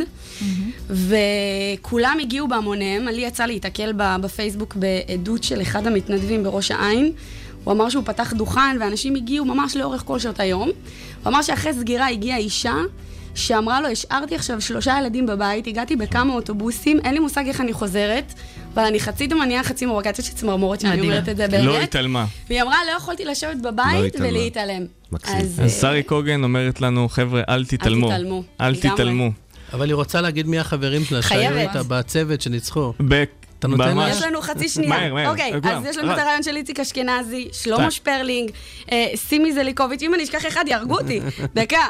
וכולם הגיעו בהמוניהם. לי יצא להתעכל בפייסבוק בעדות של אחד המתנדבים בראש העין. הוא אמר שהוא פתח דוכן ואנשים הגיעו ממש לאורך כל שעות היום. הוא אמר שאחרי סגירה הגיעה אישה שאמרה לו, השארתי עכשיו 3 ילדים בבית, הגעתי בכמה אוטובוסים, אין לי מושג איך אני חוזרת, אבל אני חצי תימניה, חצי מרוקאית שצמרמורת שאני אומרת את זה באמת. לא התעלמה. והיא אמרה, לא יכולתי לשבת בבית ולהתעלם. אז שרי קוגן אומרת לנו, חבר'ה, אל תתעלמו. אל תתעלמו. אבל היא רוצה להגיד מי החברים שלה, שהיו איתה בצוות שניצחו. אתה נותן לה? יש לנו חצי שנייה. אוקיי, אז יש לנו את הרעיון של איציק אשכנזי, שלמה שפרלינג, סימי זליקוביץ', אם אני אשכח אחד, יהרגו אותי. דקה.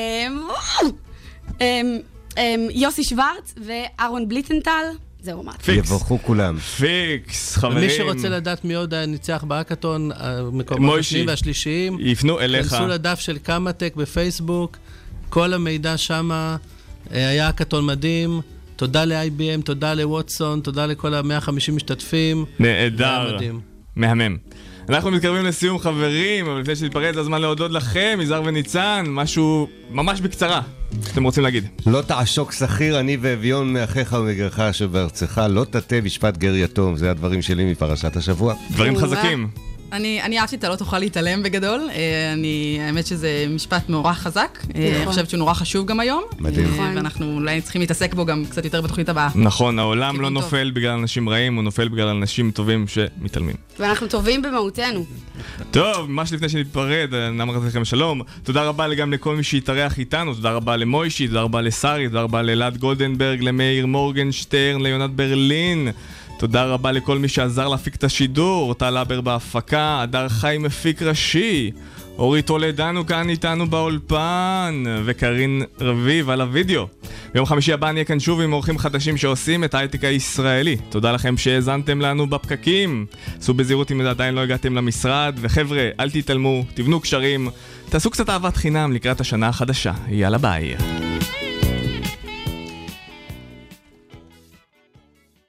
יוסי שוורץ וארון בליטנטל. זהו, אמרתי. יברכו כולם. פיקס, חברים. ומי שרוצה לדעת מי עוד ניצח בהאקתון, המקומות השניים והשלישיים, יפנו אליך. כנסו לדף של קמאטק בפייסבוק, כל המידע שמה, היה האקתון מדהים. תודה ל-IBM, תודה לווטסון, תודה לכל ה-150 משתתפים. נהדר. מהמם. אנחנו מתקרבים לסיום חברים, אבל לפני שנתפרד, הזמן להודות לכם, יזהר וניצן, משהו ממש בקצרה, שאתם רוצים להגיד. לא תעשוק שכיר, אני ואביון מאחיך ומגרך שבארצך, לא תתה משפט גר יתום, זה הדברים שלי מפרשת השבוע. דברים חזקים. אני אהבתי אתה לא תוכל להתעלם בגדול, האמת שזה משפט נורא חזק, אני חושבת שהוא נורא חשוב גם היום, ואנחנו אולי צריכים להתעסק בו גם קצת יותר בתוכנית הבאה. נכון, העולם לא נופל בגלל אנשים רעים, הוא נופל בגלל אנשים טובים שמתעלמים. ואנחנו טובים במהותנו. טוב, ממש לפני שנתפרד, נאמר לכם שלום, תודה רבה גם לכל מי שהתארח איתנו, תודה רבה למוישי, תודה רבה לשרי, תודה רבה לאלעד גולדנברג, למאיר מורגנשטרן, ליונת ברלין, תודה רבה לכל מי שעזר להפיק את השידור, טל אבר בהפקה, הדר חי מפיק ראשי, אורית הולדנו כאן איתנו באולפן, וקרין רביב על הוידאו. ביום חמישי הבא נהיה כאן שוב עם אורחים חדשים שעושים את ההייטק הישראלי. תודה לכם שהאזנתם לנו בפקקים. עשו בזהירות אם עדיין לא הגעתם למשרד, וחבר'ה, אל תתעלמו, תבנו קשרים, תעשו קצת אהבת חינם לקראת השנה החדשה. יאללה ביי.